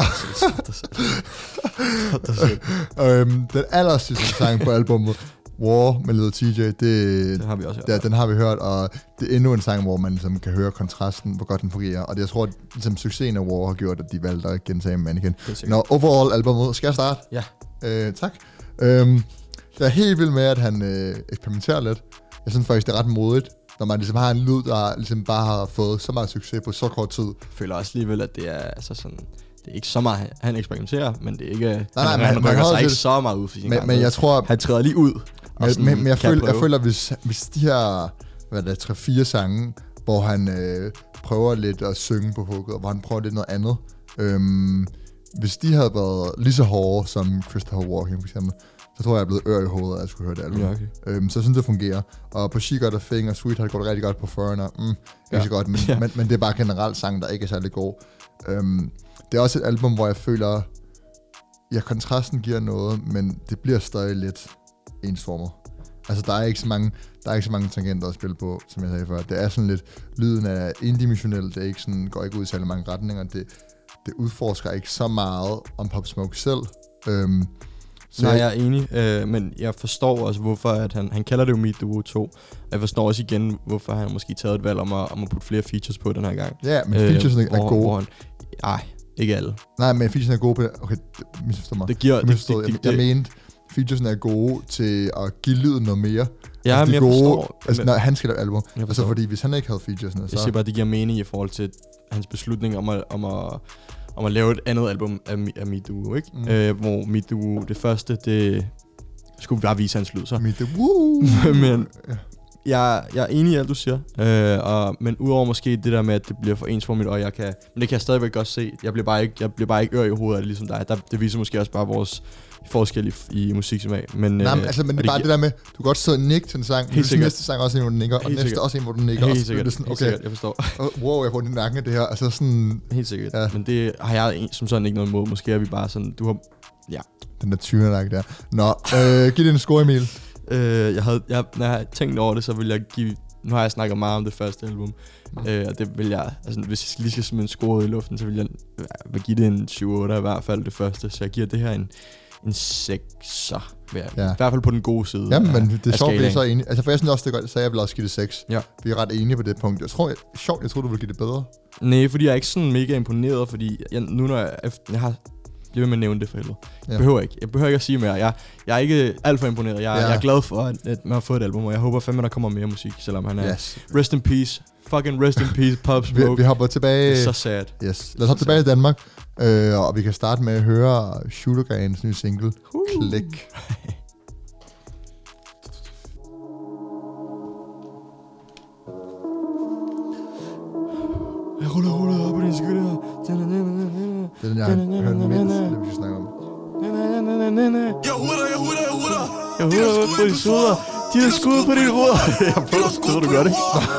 S2: dig selv.
S1: Den allersidste sang på albumet, War med Lil TJ,
S2: det har vi også hørt.
S1: Ja, den har vi hørt, og det er endnu en sang, hvor man ligesom kan høre kontrasten, hvor godt den fungerer. Og det, jeg tror, at ligesom, succesen af War har gjort, at de valgte at gentage Mannequin. Når overall albumet, skal jeg starte?
S2: Ja.
S1: Tak. Jeg er helt vild med, at han eksperimenterer lidt. Jeg synes faktisk, det er ret modigt, når man ligesom har en lyd, der ligesom bare har fået så meget succes på så kort tid.
S2: Jeg føler også alligevel, at det er altså sådan... Det er ikke så meget, han eksperimenterer, men det er ikke...
S1: Nej,
S2: han rykker sig ikke så meget ud for sin
S1: men jeg tror...
S2: Han træder lige ud.
S1: Men jeg føler, hvis de her 3-4 sange, hvor han prøver lidt at synge på hooket, hvor han prøver lidt noget andet, hvis de havde været lige så hårde som Christopher Walken for eksempel, så tror jeg er blevet ør i hovedet, at jeg skulle høre det album.
S2: Ja, okay.
S1: Så jeg synes, det fungerer. Og på She Got A Thing og Sweetheart går det rigtig godt på Foreigner. Ikke så godt, men det er bare generelt sang, der ikke er særlig god. Det er også et album, hvor jeg føler, ja, kontrasten giver noget, men det bliver stadig lidt ensformet. Altså, der er ikke så mange tangenter at spille på, som jeg sagde før. Det er sådan lidt, lyden er indimensionel, det er ikke sådan, går ikke ud i særlig mange retninger. Det udforsker ikke så meget om Pop Smoke selv.
S2: Nej, jeg er enig, men jeg forstår også, hvorfor at han kalder det jo Meet the Woo 2. Jeg forstår også igen, hvorfor han måske taget et valg om at putte flere features på den her gang.
S1: Ja, men features er gode.
S2: Nej, ikke alle.
S1: Nej, men features er gode på det. Okay, misforstår mig. Jeg mente, featuresne er gode til at give lyden noget mere.
S2: Ja, altså, men jeg forstår.
S1: Altså, når han skal lave album. Altså, fordi hvis han ikke havde featuresne, så...
S2: Jeg siger bare, det giver mening i forhold til hans beslutning om om at lave et andet album af mit duo, ikke? Hvor mit duo, det første, det skulle bare vise hans lyd, så.
S1: Mit duo!
S2: Men jeg er enig i alt, du siger. Men udover måske det der med, at det bliver for ensformigt, og men det kan jeg stadigvæk godt se. Jeg bliver bare ikke ør i hovedet af det, ligesom dig. Det viser måske også bare vores forskel i musiksmag. Men
S1: det er bare det der med, du kan godt sidde og nikke til en sang, men næste sang også en, hvor du nikker, og næste også en, hvor du nikker.
S2: Helt sikkert, sådan, okay, jeg forstår.
S1: Wow, jeg får den nakken af det her. Altså sådan,
S2: helt sikkert, ja. Men det har jeg som sådan ikke noget imod. Måske er vi bare sådan, du har... Ja.
S1: Den der tyrenak der. Nå, giv det en score, Emil.
S2: Når jeg tænkt over det, så vil jeg give... Nu har jeg snakket meget om det første album, og det vil jeg... Altså, hvis jeg lige skal smide en score i luften, så vil jeg give det en 7-8 i hvert fald det første. Så jeg giver det her en 6'er. I hvert fald på den gode side.
S1: Ja, men det er sjovt, at jeg er så enig. Altså, for jeg synes også, det er godt, så jeg vil også give det 6. Ja. Vi er ret enige på det punkt. Jeg tror, du vil give det bedre.
S2: Nej, fordi jeg er ikke sådan mega imponeret, fordi nu når jeg har... Bliv ved med at nævne det for helvede. Jeg behøver ikke at sige mere. Jeg er ikke alt for imponeret. Jeg er glad for, at man har fået et album, og jeg håber fandme, der kommer mere musik, selvom han er...
S1: Yes.
S2: Rest in peace. Fucking rest in peace, Pop Smoke.
S1: Vi hopper tilbage...
S2: Det er så sad.
S1: Yes. Lad os hoppe tilbage i Danmark, og vi kan starte med at høre Shooter Gangs nye single, Klik.
S2: Jeg ruller op på din skyld her.
S1: Det er den, jeg har hørt mindst, det vi skal snakke om.
S4: Jeg huder.
S2: Jeg huder på dine suder. De har skud på dine ruder. Jeg prøver, du gør det.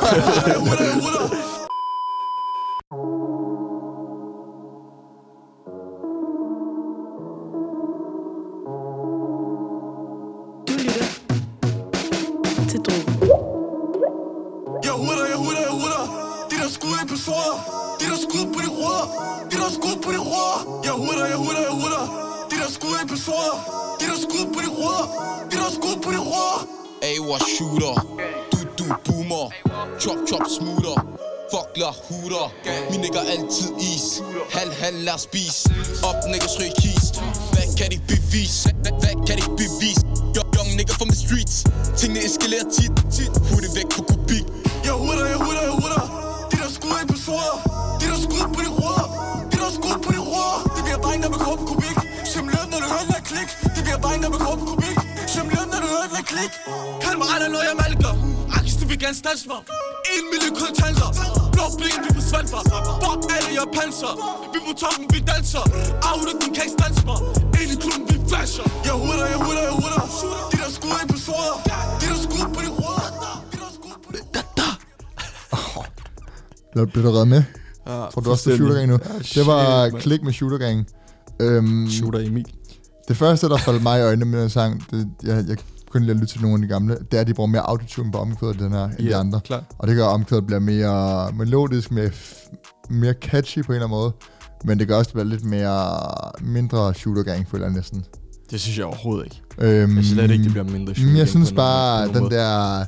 S3: Du lytter til Drogen.
S4: Jeg huder. De der skud episoder. De der skud på de ruder. Jeg huder. De der skud episoder. De der skud på de ruder.
S6: A-war shooter. Du boomer. Chop smoother. Fuck la hooter. Min nigger altid is. Halv lad spis. Op nigger strøg kis. Hvad kan de bevise? Young nigger from the streets. Tingene eskalerer tit. Hurtigt væk på kubik.
S4: Jeg huder. De der skud episoder. De der skud på de ruder. Det bliver bare når vi går på kubik. Som løn når du hører den klik. Det bliver bare når vi går på kubik. Som løn når du hører den klik. Kald mig aldrig når jeg malker. Akis du vil gerne stanse mig. 1 million kontanter. Blå blikken vi forsvandt mig. Fuck alle jeg panser. Vi på toppen vi danser. Auto den kan ikke stanse mig. Ind i klubben vi flasher. Jeg huder. De der skud episoder. De der skud på de ruder.
S1: Blev du reddet med? Tror du også, det er Shooter Gang nu? Det var Klik med Shooter Gang.
S2: Shooter Emil.
S1: Det første, der faldt mig i øjnene med den sang, jeg kunne lige lytte til nogle af de gamle, det er, at de bruger mere autotune på omkvædet den her end de andre.
S2: Klar.
S1: Og det gør, at omkvædet bliver mere melodisk, mere catchy på en eller anden måde. Men det gør også, at det bliver mindre Shooter Gang, føler jeg næsten.
S2: Det synes jeg overhovedet ikke. Jeg slet ikke, det bliver mindre Shooter Gang.
S1: Jeg synes bare, den der...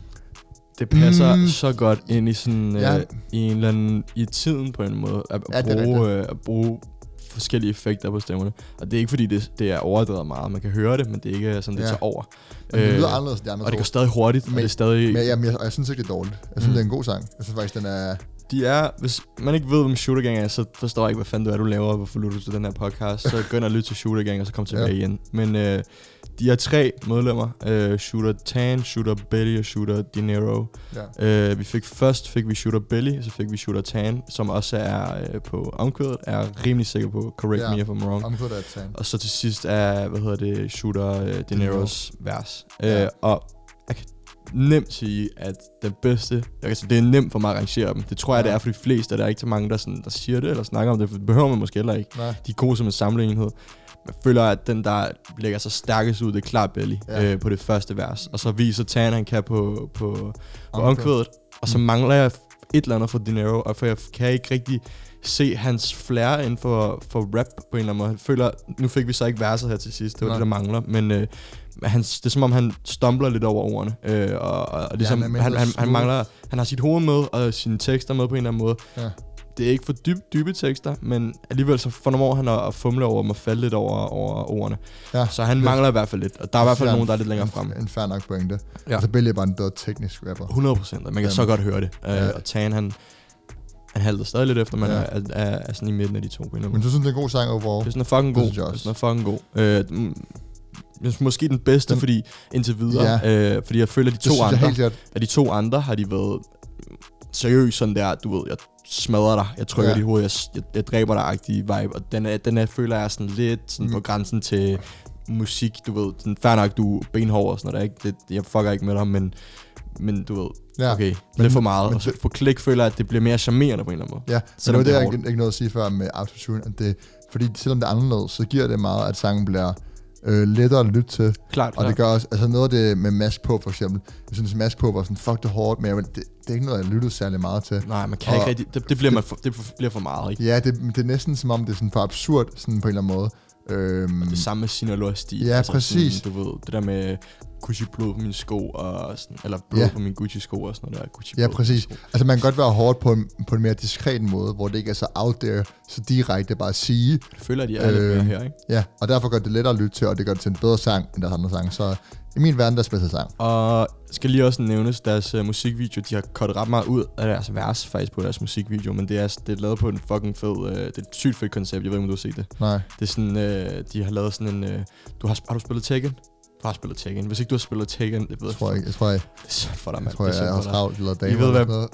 S2: Det passer så godt ind i sådan i en eller anden i tiden på en måde at bruge forskellige effekter på stemmerne. Og det er ikke fordi det er overdrevet meget. Man kan høre det, men det er ikke sådan det tager over.
S1: Men det lyder anderledes, det andre.
S2: Og det går stadig hurtigt, men det er stadig.
S1: Men jeg synes ikke det er dårligt. Jeg synes det er en god sang. Jeg synes faktisk den er.
S2: Hvis man ikke ved, hvem Shooter Gang er, så forstår jeg ikke, hvad fanden du laver, hvorfor lytter du til den her podcast. Så gå ind og lyt til Shooter Gang, og så kom tilbage igen. Men de er 3 medlemmer. Shooter Tan, Shooter Belly og Shooter Dinero. Ja. Først fik vi Shooter Belly, så fik vi Shooter Tan, som også er på omkvædet, er rimelig sikker på, correct me if I'm wrong.
S1: Omkvædet er Tan.
S2: Og så til sidst er, Shooter Dineros vers. Og jeg kan nemt sige, at den bedste... det er nemt for mig at arrangere dem. Det tror jeg, det er for de fleste, og der er ikke så mange, der siger det eller snakker om det, for det behøver man måske heller ikke. Nej. De er gode som en samleenhed. Jeg føler, at den, der lægger sig stærkest ud, det er klart Belly på det første vers. Og så viser Tan, han kan på omkvædet. Og så mangler jeg et eller andet for Dinero, og for jeg kan ikke rigtig se hans flair inden for rap på en eller anden måde. Jeg føler, nu fik vi så ikke verset her til sidst, det var det, der mangler, men det er som om, han stumbler lidt over ordene, og ligesom, han mangler, han har sit hoved med, og sine tekster med på en eller anden måde. Ja. Det er ikke for dybe tekster, men alligevel så formår han at fumle over dem og falde lidt over ordene. Ja, så han mangler i hvert fald lidt, og der er i hvert fald nogen, der er lidt længere fremme.
S1: En fair nok pointe. Ja. Altså Belly er bare en død teknisk rapper.
S2: 100%, man kan så godt høre det. Og Tan, han halter stadig lidt efter, man er sådan i midten af de to.
S1: Men du synes, det er en god sang overall?
S2: Det er sådan fucking god. Måske den bedste, fordi indtil videre, fordi jeg føler, at de to andre har de været seriøst sådan der, du ved, jeg smadrer dig, jeg trykker dit hoved, jeg dræber dig-agtige vibe, og den føler jeg sådan lidt sådan på grænsen til musik, du ved, sådan fair nok, du er benhård og sådan noget, der, ikke? Jeg fucker ikke med dig, men du ved, okay, lidt for meget, og så på klik føler jeg, at det bliver mere charmerende på en eller anden måde.
S1: Ja, så det er ikke noget at sige før med autotune, at det, fordi selvom det er anderledes, så giver det meget, at sangen bliver lettere at lytte til.
S2: Klart.
S1: Det gør også, altså noget af det med Mask på for eksempel. Jeg synes, Mask på var sådan, fuck det hårdt, men det er ikke noget, jeg lyttede særlig meget til.
S2: Nej, man kan ikke rigtig, det bliver for meget, ikke?
S1: Ja, det er næsten som om, det er sådan for absurd, sådan på en eller anden måde.
S2: Og det samme med Sinaloa-stil.
S1: Ja, altså præcis.
S2: Sådan, du ved, det der med Gucci-blod på mine sko, og sådan, eller blod på mine Gucci-sko og sådan noget der. Gucci-blod.
S1: Ja, præcis. Altså man kan godt være hårdt på en mere diskret måde, hvor det ikke er så out there, så direkte bare at sige.
S2: Jeg føler, at de er lidt mere her, ikke?
S1: Ja, og derfor gør det lettere at lytte til, og det gør det til en bedre sang, end deres andre sang. Så i min verden, deres bedste sang.
S2: Og skal lige også nævnes, deres musikvideo, de har cuttet ret meget ud af deres vers faktisk på deres musikvideo, men det er lavet på en fucking fed, det er et sygt fedt koncept, jeg ved ikke, om du har set det.
S1: Nej.
S2: Det er sådan, de har lavet sådan en, har du spillet Tekken? Du har spillet Tekken. Hvis ikke du har spillet Tekken, det ved
S1: jeg. Tror jeg. Det er
S2: synd for dig, mand.
S1: Jeg tror, jeg har travlt eller damer.
S2: I ved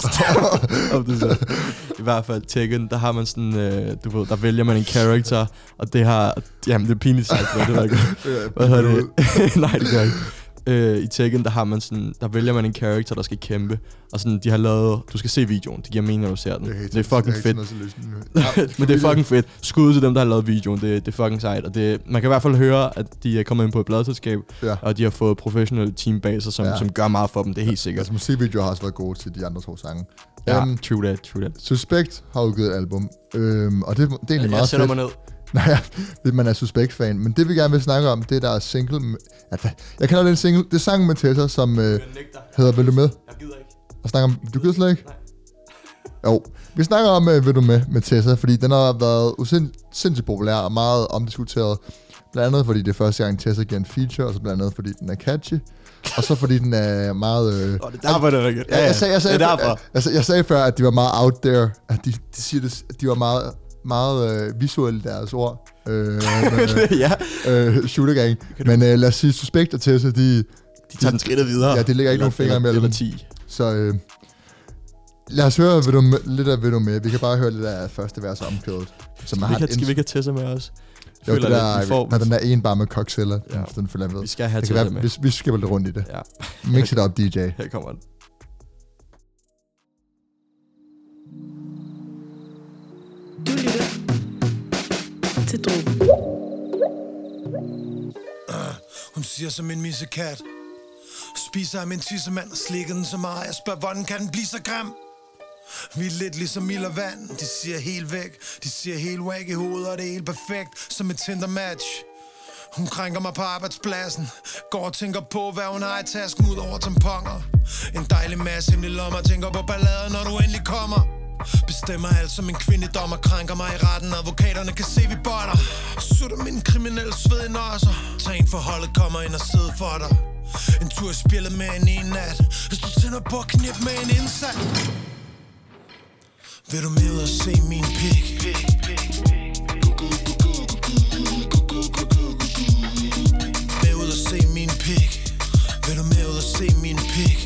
S2: hvad? I hvert fald Tekken, der har man sådan, du ved, der vælger man en character, og det har, jamen det er pinligt sagt, det ved ikke. Hvad hedder det? Nej, det gør ikke. I Tekken, der har man sådan, der vælger man en character, der skal kæmpe, og sådan, de har lavet, du skal se videoen, det giver mening, når du ser den. Det er fucking fedt. Men det er fucking fedt. Skud til dem, der har lavet videoen, det er fucking sejt, og man kan i hvert fald høre, at de er kommet ind på et bladselskab, og de har fået professionelle team bag sig, som gør meget for dem, det er helt sikkert.
S1: Altså musikvideoer har også været gode til de andre to sange.
S2: Ja, true that.
S1: Suspekt har udgivet et album, og det er egentlig meget fedt.
S2: Jeg sætter mig ned.
S1: Nej, man er Suspekt-fan, men det vi gerne vil snakke om, det der er single med, jeg kalder det en single, det er sangen med Tessa, som hedder Vil du med?
S2: Jeg gider ikke.
S1: Og snakker om, du gider slet ikke?
S2: Nej.
S1: Jo, vi snakker om Vil du med Tessa, fordi den har været sindssygt populær og meget omdiskuteret, blandt andet fordi det er første gang Tessa giver en feature, og så blandt andet fordi den er catchy, og så fordi den er meget...
S2: det er derfor, det er rigtigt.
S1: Jeg sagde før, at de var meget out there, at de siger det, at de var meget visuelle deres ord. Shooter gang. Men lad os sige, Suspekt og Tessa, de
S2: tager den skridtet videre.
S1: Ja, det ligger ikke nogen fingre imellem. Så lad os høre lidt af Vil du med. Vi kan bare høre lidt af første vers omkvædet.
S2: Skal vi ikke have Tessa med os?
S1: Jo, den der en bare med cockseller.
S2: Ja.
S1: Den følger jeg ved.
S2: Vi skal have Tessa med.
S1: Vi skipper lidt rundt i det.
S2: Ja.
S1: Mix it up, DJ.
S2: Her kommer den.
S3: Du lytter til Drogen.
S7: Hun siger som en missekat. Spiser af min tissemand og slikker den så meget. Jeg spørger, hvordan kan den blive så grim? Vi er lidt ligesom ild og vand. De siger helt væk. De siger helt whack i hovedet, og det er helt perfekt. Som et Tinder-match. Hun krænker mig på arbejdspladsen. Går og tænker på, hvad hun har i tasken ud over tamponer. En dejlig masse hemmelig lommer. Tænker på ballader, når du endelig kommer. Bestemmer alt som en kvindedommer. Krænker mig i retten. Advokaterne kan se, vi botter. Sutter min kriminelle sved i nosser. Tag en forholdet, kommer ind og sidder for dig. En tur i spillet med en nat. Hvis du tænder på knip med en indsat. Vil du med ud og se min pik? Med ud og se min pik. Vil du med ud og se min pik?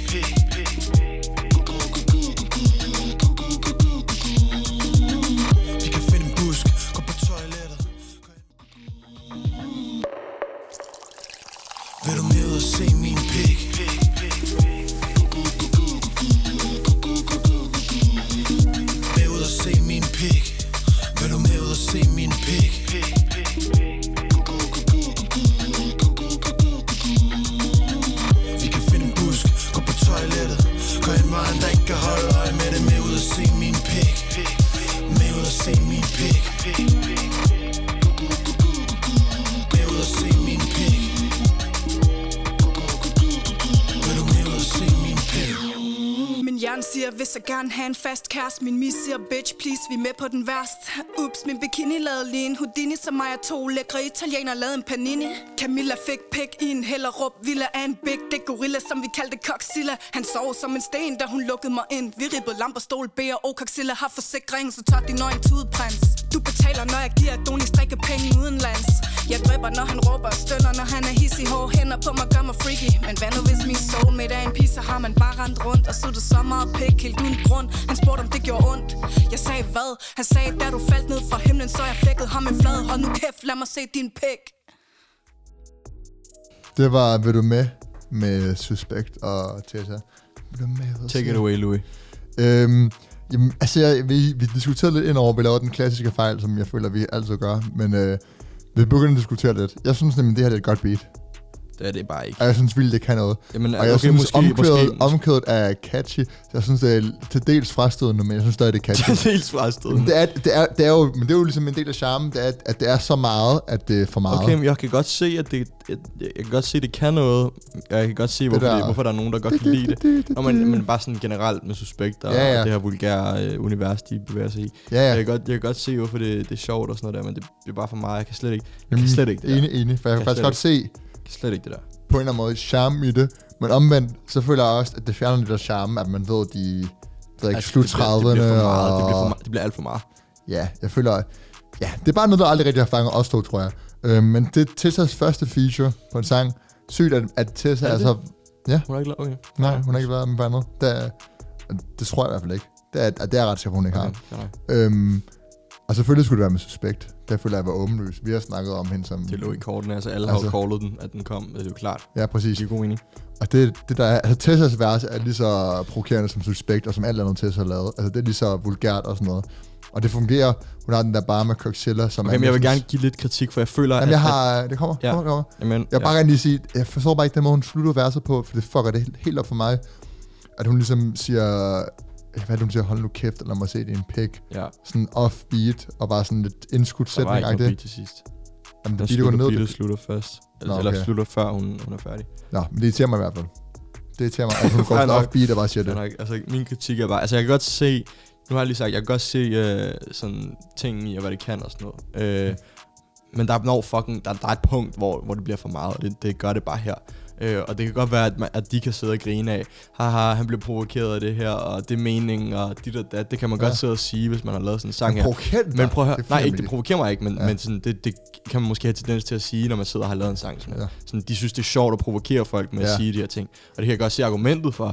S7: Vi kan finde en busk. Gå på toilettet. Vil du med ud og se min pik? Se min pik. Vil du med ud og se min pik? Vi kan finde en busk. Gå på toilettet. Gå hen vejen, der ikke kan holde øje med det. Med ud og se min pik. Med ud og se min pik. Med ud og se min pik. Vil du med ud og se min pik?
S3: Min hjerne barn siger, hvis jeg gerne have en fast kæreste. Min mis siger, bitch, please, vi er med på den værst. Ups, min bikini lavede lige en Houdini, så mig og 2 lækre italiener lavede en panini. Camilla fik pik i en Hellerup villa af en big dick gorilla, som vi kaldte Coxilla. Han sov som en sten, da hun lukkede mig ind. Vi ribbede lamper, stol, bære og Coxilla har forsikring, så tager din nøgen tudeprins. Du betaler, når jeg giver Donny strikke penge udenlands. Jeg drøber, når han råber og stønner, når han er hissig. Hårde hænder på mig gør mig freaky. Men hvad nu hvis min soulmate er en pige, så har man bare rendt rundt og suttet så meget pik helt uden grund. Han spurgte, om det gjorde ondt. Jeg sagde hvad? Han sagde, da du faldt ned fra himlen, så jeg flækkede ham en flad. Hold nu kæft, lad mig se din pik.
S1: Det var Vil du med Suspekt og Tessa. Vil du med?
S2: Take it away, Louis.
S1: Jamen, altså, vi diskuterede lidt ind over, vi lavede den klassiske fejl, som jeg føler, vi altid gør. Men vi begynder at diskutere lidt. Jeg synes nemlig, det her er et godt beat.
S2: Det er det bare ikke.
S1: Og jeg synes vildt, det kan noget.
S2: Jamen,
S1: og jeg synes, omkvædet er catchy. Jeg synes, det er til dels frastødende, men jeg synes stadig, det er catchy.
S2: Til dels frastødende.
S1: Det er jo, men det er jo ligesom en del af charmen, at det er så meget, at det er for meget.
S2: Okay, men jeg kan godt se, at det kan noget. Jeg kan godt se, hvorfor der er nogen, der godt kan lide det. Men bare sådan generelt med Suspekt og det her vulgære univers, de bevæger sig i. Jeg kan godt se, hvorfor det er sjovt og sådan noget der, men det er bare for meget. Jeg kan slet ikke det
S1: enig, for jeg kan faktisk godt se
S2: slet ikke det der.
S1: På en eller anden måde charme i det, men omvendt, så føler jeg også, at det fjerner lidt af charme, at man ved, de ikke slut 30'erne.
S2: Det bliver alt for meget.
S1: Ja, jeg føler, det er bare noget, der aldrig rigtig har fanget os to, tror jeg. Men det er Tessas første feature på en sang. Sygt, at Tessa er så... Ja.
S2: Hun har ikke lavet, okay.
S1: Nej, hun har ikke været med på andet. Det tror jeg i hvert fald ikke. Det er ret sikkert, hun ikke har. Okay. Og selvfølgelig skulle det være med Suspekt. Det føler jeg var åbenløs. Vi har snakket om hende som...
S2: Det lå i kortene, altså alle har callet den, at den kom. Det er jo klart.
S1: Ja, præcis.
S2: Det er god mening.
S1: Og det der er... Altså Tessas vers er lige så provokerende som Suspekt, og som alt andet Tessa har lavet. Altså det er lige så vulgært og sådan noget. Og det fungerer. Hun har den der bare med Coxilla, som
S2: okay, men jeg vil gerne give lidt kritik, for jeg føler,
S1: jamen, det kommer. Jamen, jeg vil bare gerne lige sige, jeg forstår bare ikke den måde, hun slutter verset på, for det fucker det helt op for mig. At hun ligesom siger... Hvad hun siger, hold nu kæft, lad mig se din pik. Ja. Sådan off-beat, og bare sådan lidt indskudt sætning.
S2: Der var ikke noget beat til sidst.
S1: Jamen, beatet
S2: slutter først. Eller slutter før hun er færdig.
S1: Nå, men det irriterer mig i hvert fald. Det irriterer mig, at hun går sådan off-beat og bare siger det.
S2: Altså, min kritik er bare... Altså, jeg kan godt se... Nu har jeg lige sagt, jeg kan godt se sådan ting i, og hvad det kan og sådan noget. Men der er et punkt, hvor det bliver for meget, og det gør det bare her. Og det kan godt være, at de kan sidde og grine af, haha, han bliver provokeret af det her, og det er meningen, og dit og dat. Det kan man godt sidde og sige, hvis man har lavet sådan en sang her. Men prøv at høre, nej, ikke, det provokerer mig ikke, men sådan, det kan man måske have tendens til at sige, når man sidder og har lavet en sang. Sådan, de synes, det er sjovt at provokere folk med at sige de her ting. Og det kan jeg godt se argumentet for.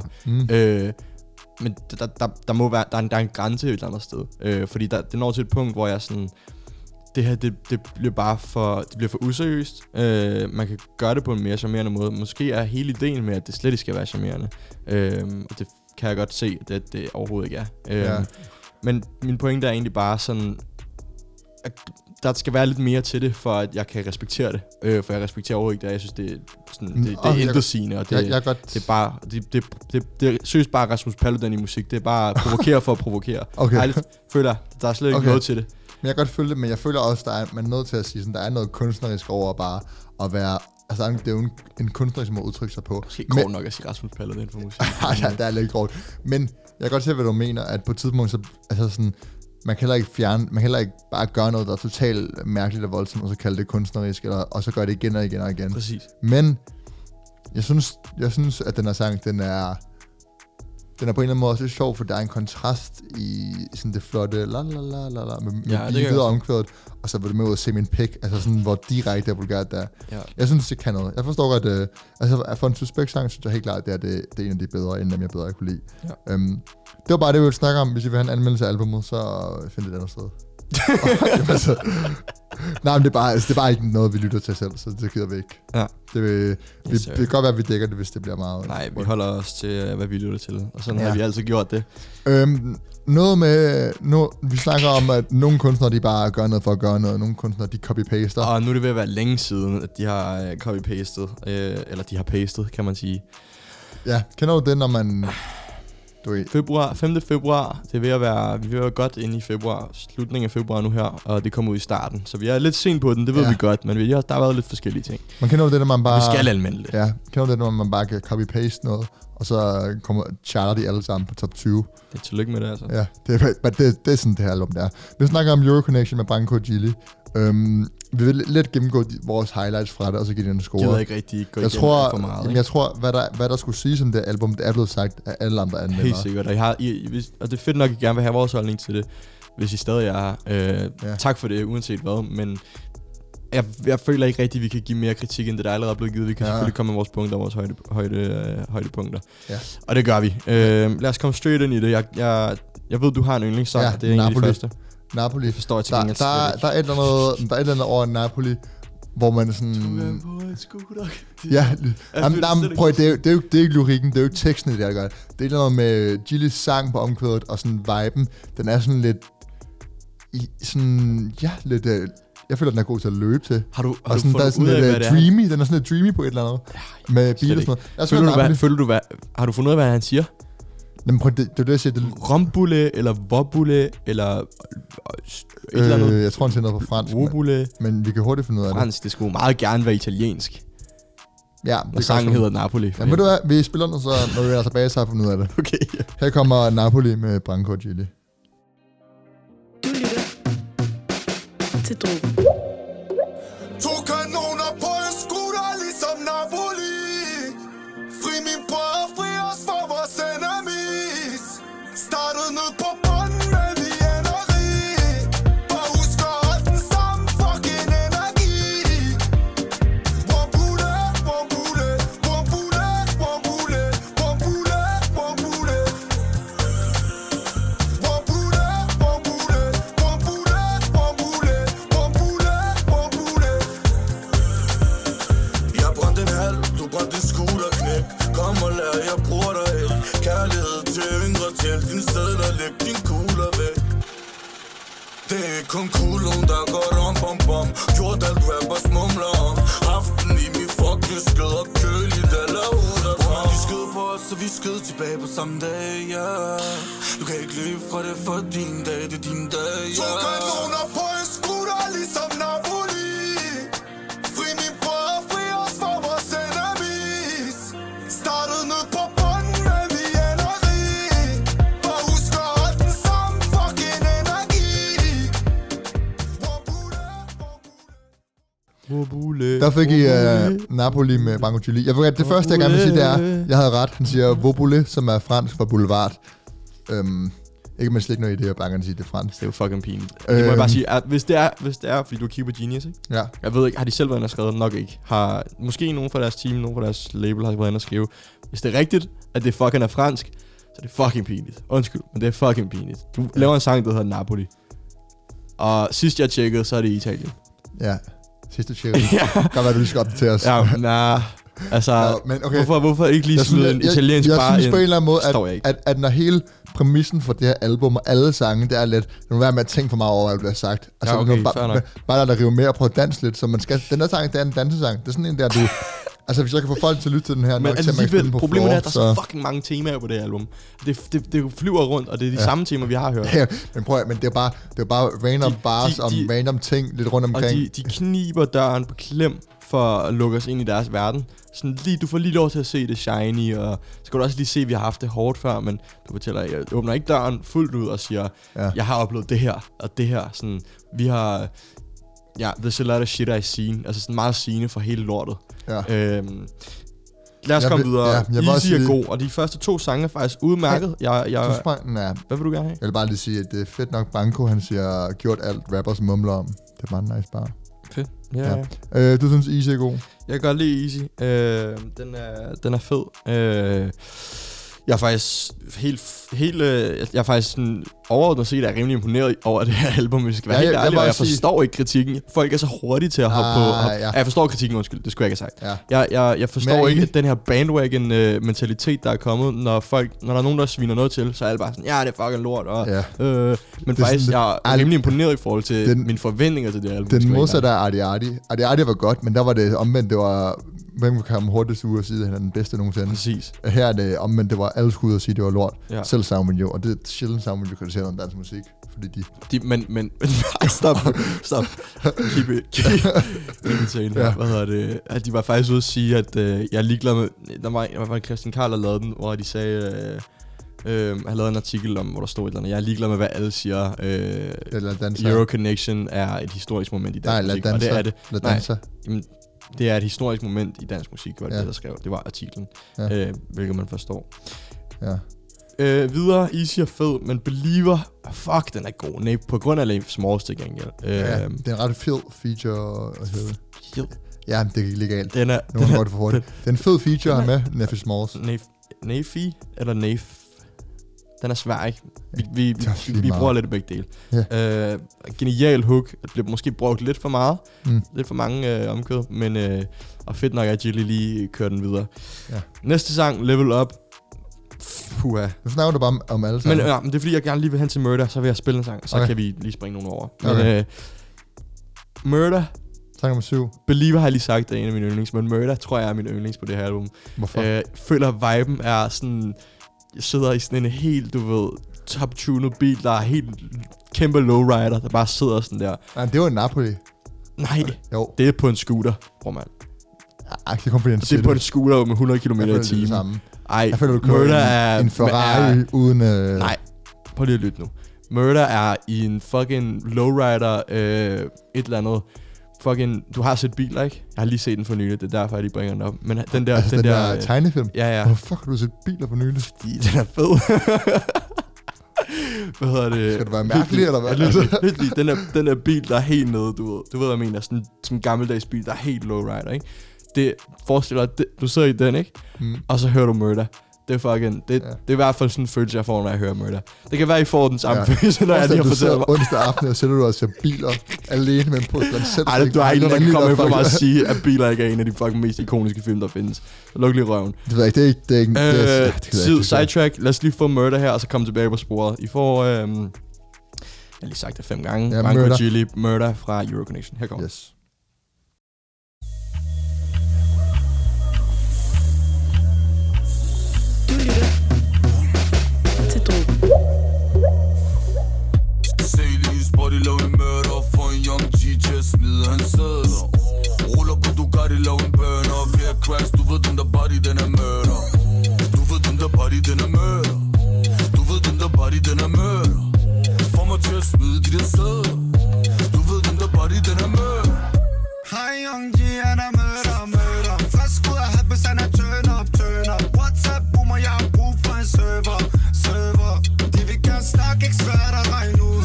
S2: Men der er en grænse et eller andet sted. Fordi det når til et punkt, hvor jeg sådan... Det her, det bliver bare for useriøst. Man kan gøre det på en mere charmerende måde. Måske er hele ideen med, at det slet ikke skal være charmerende. Og det kan jeg godt se, at det overhovedet ikke er. Men min pointe er egentlig bare sådan, at der skal være lidt mere til det, for at jeg kan respektere det. For jeg respekterer overhovedet ikke det. Jeg synes, det er, sådan, det er intetsigende, og det er bare... Det er seriøst bare Rasmus Paludan i musik. Det er bare provokere for at provokere.
S1: Okay.
S2: Føler der er slet ikke noget til det.
S1: Men jeg kan godt følge det, men jeg føler også, man er nødt til at sige, sådan, der er noget kunstnerisk over bare at være... Altså, det er jo en kunstnerisk måde at udtrykke sig på.
S2: Det er ikke nok at sige Rasmus Paludan for musik.
S1: Ja, det er lidt grovt. Men jeg kan godt se, hvad du mener, at på et tidspunkt, så, altså sådan, man kan heller ikke bare gøre noget, der er totalt mærkeligt og voldsomt, og så kalde det kunstnerisk, og så gøre det igen og igen og igen.
S2: Præcis.
S1: Men jeg synes, at den her sang, den er på en eller anden måde også lidt sjov, for der er en kontrast i sådan det flotte med beatet og omkvædet, og så vil du med ud og se min pik, altså sådan, hvor direkte og vulgært det er. Ja. Jeg synes, det kan noget. Jeg forstår, at altså for en Suspekt-sang, synes jeg helt klart, at det er en af de bedre, end dem jeg bedre kunne lide. Ja. Det var bare det, vi ville snakke om. Hvis I vil have en anmeldelse af albumet, så find det et andet sted. Nej, men det er bare ikke noget, vi lytter til selv, så det gider vi ikke. Ja. Det kan godt være, at vi dækker det, hvis det bliver meget...
S2: Nej, vi holder os til, hvad vi lytter til, og sådan har vi altid gjort det.
S1: Noget med... vi snakker om, at nogle kunstnere, de bare gør noget for at gøre noget, nogle kunstnere, de copy-paster.
S2: Og nu er det ved at være længe siden, at de har copy-pastet, eller de har pastet, kan man sige.
S1: Ja, kender du det, når man...
S2: 5. februar, vi er ved at være godt inde i februar, slutningen af februar nu her, og det kommer ud i starten. Så vi er lidt sent på den, det ved vi godt, men der har været lidt forskellige ting.
S1: Man kender det, når man bare...
S2: Vi skal anmelde det.
S1: Ja, kender det, når man bare kan copy-paste noget, og så charter de alle sammen på top 20.
S2: Det er tillykke med det, altså.
S1: Ja, det er sådan, det her album der. Vi snakker om Euroconnection med Branko og Gilly. Vi vil lidt gennemgå vores highlights fra det, og så give det en score.
S2: Jeg ved ikke rigtig gå igennem for meget.
S1: Jeg tror, hvad der skulle sige som det album, det er blevet sagt af alle andre anmeldere.
S2: Helt sikkert, og det er fedt nok, at I gerne vil have vores holdning til det, hvis I stadig er her. Tak for det, uanset hvad, men jeg føler ikke rigtigt, at vi kan give mere kritik, end det der allerede er blevet givet. Vi kan selvfølgelig komme med vores punkter og vores højdepunkter. Ja. Og det gør vi. Lad os komme straight ind i det. Jeg ved, du har en yndlingssang, og det er en af de første.
S1: Napoli.
S2: Det forstår jeg til gengæld.
S1: Der er et eller andet over Napoli, hvor man sådan... Ja, prøv, det er ikke lyrikken, det er jo ikke teksten, det der gør. Det er et eller andet med Gillys sang på omkvædet, og sådan viben, den er sådan lidt... Jeg føler, den er god til at løbe til.
S2: Har du
S1: fundet ud af, hvad det er? Dreamy, den er sådan lidt dreamy på et eller andet. Ja, med beat og sådan
S2: noget. Har du fundet ud af, hvad han siger?
S1: Jamen prøv, det er det, jeg siger.
S2: Rombulle, eller vobule, eller et eller andet.
S1: Jeg tror, han siger noget på fransk.
S2: Vobule.
S1: Men vi kan hurtigt finde ud af det.
S2: Fransk, det skulle meget gerne være italiensk.
S1: Ja,
S2: og sangen hedder Napoli.
S1: Ja, ved du hvad? Vi spiller den, så når vi er tilbage, så har vi fundet ud af det.
S2: Okay. Ja.
S1: Her kommer Napoli med Branko og Gilly.
S8: Du lytter til Drogen.
S4: To kanoner på en scooter, ligesom Napoli. Fri min bror og fri os for vores enemies. Startede ned på bunden, men vi ender rig. Bare husk at holde den samme fucking energi. Wombule, wombule, wombule, wombule, wombule, wombule. Wombule, wombule, wombule, wombule, wombule, wombule. Jeg brændte en halv, du brændte en scooterknæk. Kom og lær, jeg bruger dig ikke. Kærlighed til yngre, til din sted, der læg din kugler væk. Det er kun kuglen, der går bom. Gjort alt rappers mumler om. Aften i min fucking skød og køligt eller ud af bra. De skød på os, så vi skød tilbage på samme dag, ja. Du kan ikke løbe fra det for din dag, det er din dag, ja. To kanoner på en scooter, ligesom Napoli. Fri min bror og fri os for vores enemies. Startede ned på bunden, men vi ender rig. Bare husk at holde den samme fucking energi.
S2: Vobule.
S1: Der fik I Napoli med Branko og Gilly. Jeg ved at det første, jeg gerne vil sige, det er, jeg havde ret. Han siger Vobule, som er fransk for boulevard. Ikke man slet ikke noget idé, at Branko siger, det er fransk.
S2: Det er jo fucking pinligt. Det må jeg bare sige, at hvis det er, fordi du kigger på Genius, ikke?
S1: Ja.
S2: Jeg ved ikke, har de selv været inde og skrevet? Nok ikke. Har måske nogen fra deres team, nogen fra deres label har været inde og skrive. Hvis det er rigtigt, at det fucking er fransk, så er det fucking pinligt. Undskyld, men det er fucking pinligt. Du laver en sang, der hedder Napoli. Og sidst jeg tjekkede, så er det i Italien.
S1: Ja, sidst du tjekkede. Godt være, du lige skal opdatere os.
S2: Ja, altså,
S1: ja, men okay.
S2: Hvorfor ikke lige smide en italiensk bar ind?
S1: Jeg synes på en eller anden måde, at når hele præmissen for det her album og alle sange, det er lidt, det må være med at tænke for meget over, hvad der bliver sagt. Altså,
S2: ja, okay,
S1: bare der rive mere på at danse lidt, så man skal, den der sang, det er en dansesang. Det er sådan en der, du... Altså, hvis jeg kan få folk til at lytte til den her,
S2: men
S1: nok til at man spille på
S2: problemet er, at der er så fucking mange temaer på det album. Det flyver rundt, og det er de samme temaer, vi har hørt.
S1: Ja, men det er bare random bars om random ting lidt rundt omkring.
S2: Og de kniber døren på klem for at lukke os ind i deres verden. Sådan lige, du får lige lov til at se det shiny, og så kan du også lige se, at vi har haft det hårdt før, men du fortæller, jeg åbner ikke døren fuldt ud og siger, jeg har oplevet det her, og det her. Sådan, vi har... Ja, there's a lot of shit I've seen. Altså sådan meget sigende for hele lortet. Ja. Lad os komme videre. Easy er god, og de første 2 sange er faktisk udmærket. Hvad vil du gerne have?
S1: Jeg vil bare lige sige, at det er fedt nok, Branko, han siger, gjort alt rappers mumler om. Det er bare en nice bar.
S2: Fedt. Ja.
S1: Du synes, Easy er god?
S2: Jeg kan godt lide Easy. Den er fed. Jeg er faktisk jeg er faktisk sådan overordnet set er rimelig imponeret over det her album, hvis jeg skal være helt ærlig, og jeg forstår ikke kritikken. Folk er så hurtige til at hoppe på. Jeg forstår kritikken, undskyld, det skulle jeg ikke have sagt. Jeg forstår ikke den her bandwagon mentalitet, der er kommet, når der er nogen, der sviner noget til, så er alle bare sådan, ja, det er fucking lort. Og, men det faktisk, jeg er rimelig imponeret i forhold til mine forventninger til det album.
S1: Den modsatte af Arti. Arti var godt, men der var det omvendt, det var hvem kan komme hurtigst ud og sige, at han er den bedste nogensinde.
S2: Præcis.
S1: Her er det men det var alle skulle ud og sige, at det var lort.
S2: Ja.
S1: Selv Soundmenu, og det er sjældent Soundmenu kritiserer noget dansk musik, fordi
S2: men stop. Keep it ja. Hvad hedder det? At de var faktisk ude at sige, at jeg er ligeglad med... Der var Christian Karl, der lavede den, hvor de sagde... han lavede en artikel om, hvor der stod et eller andet. Jeg er ligeglad med, hvad alle siger. Euro Connection er et historisk moment i dansk musik. Og det er det. Nej, det er et historisk moment i dansk musik, var det, der skrev. Det var artiklen, hvilket man forstår.
S1: Ja.
S2: Videre, easy og fed, men Believer, fuck, den er god. Nej, på grund af Leif Smalls til gengæld.
S1: Det er en ret fed feature. Ja, det kan ikke ligge galt. Det er en fed feature, han med, Nefi Smalls.
S2: Nefi, eller Nef? Den er svær, ikke? Vi bruger lidt af begge dele. Yeah. Genial hook. Det bliver måske brugt lidt for meget. Lidt for mange omkød. Men og fedt nok, at Gilly lige kører den videre. Yeah. Næste sang, Level Up. Puha.
S1: Nu snakker du bare om alle sammen.
S2: Men det er fordi, jeg gerne lige vil hen til Murder, så vil jeg spille en sang, og så kan vi lige springe nogle over. Men Murder.
S1: Sang nummer 7.
S2: Believer har jeg lige sagt, det er en af mine yndlings, men Murder tror jeg er min yndlings på det her album.
S1: Hvorfor?
S2: Føler viben er sådan... Jeg sidder i sådan en helt, du ved, top-tunet bil, der er helt kæmpe lowrider, der bare sidder sådan der.
S1: Nej, det var en Napoli.
S2: Nej, det er på en scooter, bror mand.
S1: Det
S2: er på en scooter med 100 km i timen. Ej,
S1: Murder er en Ferrari uden...
S2: Nej, prøv lige at lytte nu. Murder er i en fucking lowrider, et eller andet. Fucking, du har set biler, ikke? Jeg har lige set den for nylig, det er derfor, de bringer den op. Men den der...
S1: Altså den der tegnefilm?
S2: Ja.
S1: Hvor fuck har du set biler for nylig?
S2: Fordi den er fed. Hvad hedder det?
S1: Skal det være mærkeligt, eller hvad?
S2: Den der bil, der er helt nede, du ved, hvad jeg mener. Sådan en gammeldags bil, der er helt lowrider, ikke? Det forestiller dig, du sidder i den, ikke? Og så hører du Murder. Det er fucking... Det er i hvert fald sådan en følelse, jeg får, når jeg hører Murder. Det kan være, I får den samme følelse, når jeg lige har fortalt mig.
S1: Onsdag aften, og sætter du og ser biler alene med en potentiel.
S2: Ej, du har ikke nogen, der kommer efter mig at sige, at biler ikke er en af de fucking mest ikoniske film, der findes. Så luk lige røven.
S1: Det ved jeg ikke, det er ikke...
S2: Sidetrack, lad os lige få Murder her, og så komme tilbage på sporet. I får... jeg har lige sagt det 5 gange.
S1: Ja,
S2: Branko Gilly, Murder fra Euro Connection. Her kommer.
S1: Yes.
S4: Body lav en murder for en young G til at smide hans sædler. Ruller på Bugatti, lav en burner. Vi er crash, du ved den der body, den er murder. Du ved den der body, den er murder. Du ved den der body, den er murder. Får mig til at smide de der sædler. Du ved den der body, den er murder.
S9: Hej young G, han er murder. Først ud af hat, hvis han er turn up. WhatsApp boomer, jeg har brug for en server. De vil gerne snakke, ikke svært at regne ud.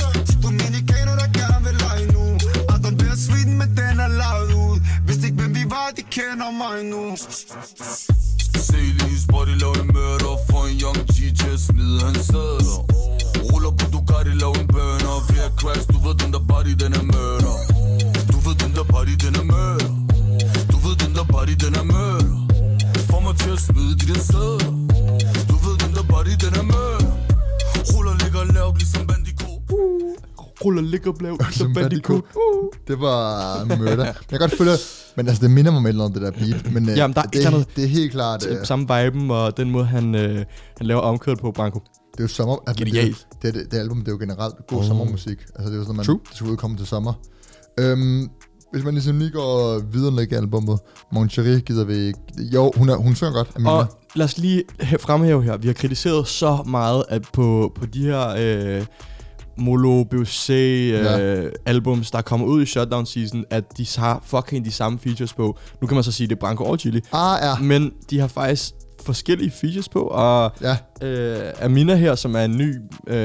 S9: De kender mig nu.
S4: Celis body lav en murder for en young G til at smide hans sædler. Ruller på Bugatti, lav en burner. Vi er crash, du ved den der body, den er murder. Du ved den der body, den er murder. Du ved den der body, den er murder. Får mig til at smide de der sædler. Du ved den der body, den er murder. Ruller ligger lavt ligesom Bandicoot.
S2: Ruller ligger lavt ligesom Bandicoot.
S1: Det var Murder. Jeg kan godt følge, men altså det minder mig med noget, det der beat. Men
S2: jamen,
S1: det er helt klart...
S2: samme viben, og den måde, han laver omkørt på Branko.
S1: Det er jo sommer... Altså,
S2: genialt.
S1: Det album, det er jo generelt god sommermusik. Altså det er jo sådan, man skal udkomme til sommer. Hvis man ligesom lige går videre lægge albumet, Mon Chérie gider vi ikke... Jo, hun synger godt, Amelia.
S2: Og lad os lige fremhæve her. Vi har kritiseret så meget, at på de her... Molo, BOC, albums, der kommer ud i Shutdown Season, at de har fucking de samme features på. Nu kan man så sige, det er Branko og Gilly. Men de har faktisk forskellige features på, og Amina her, som er en ny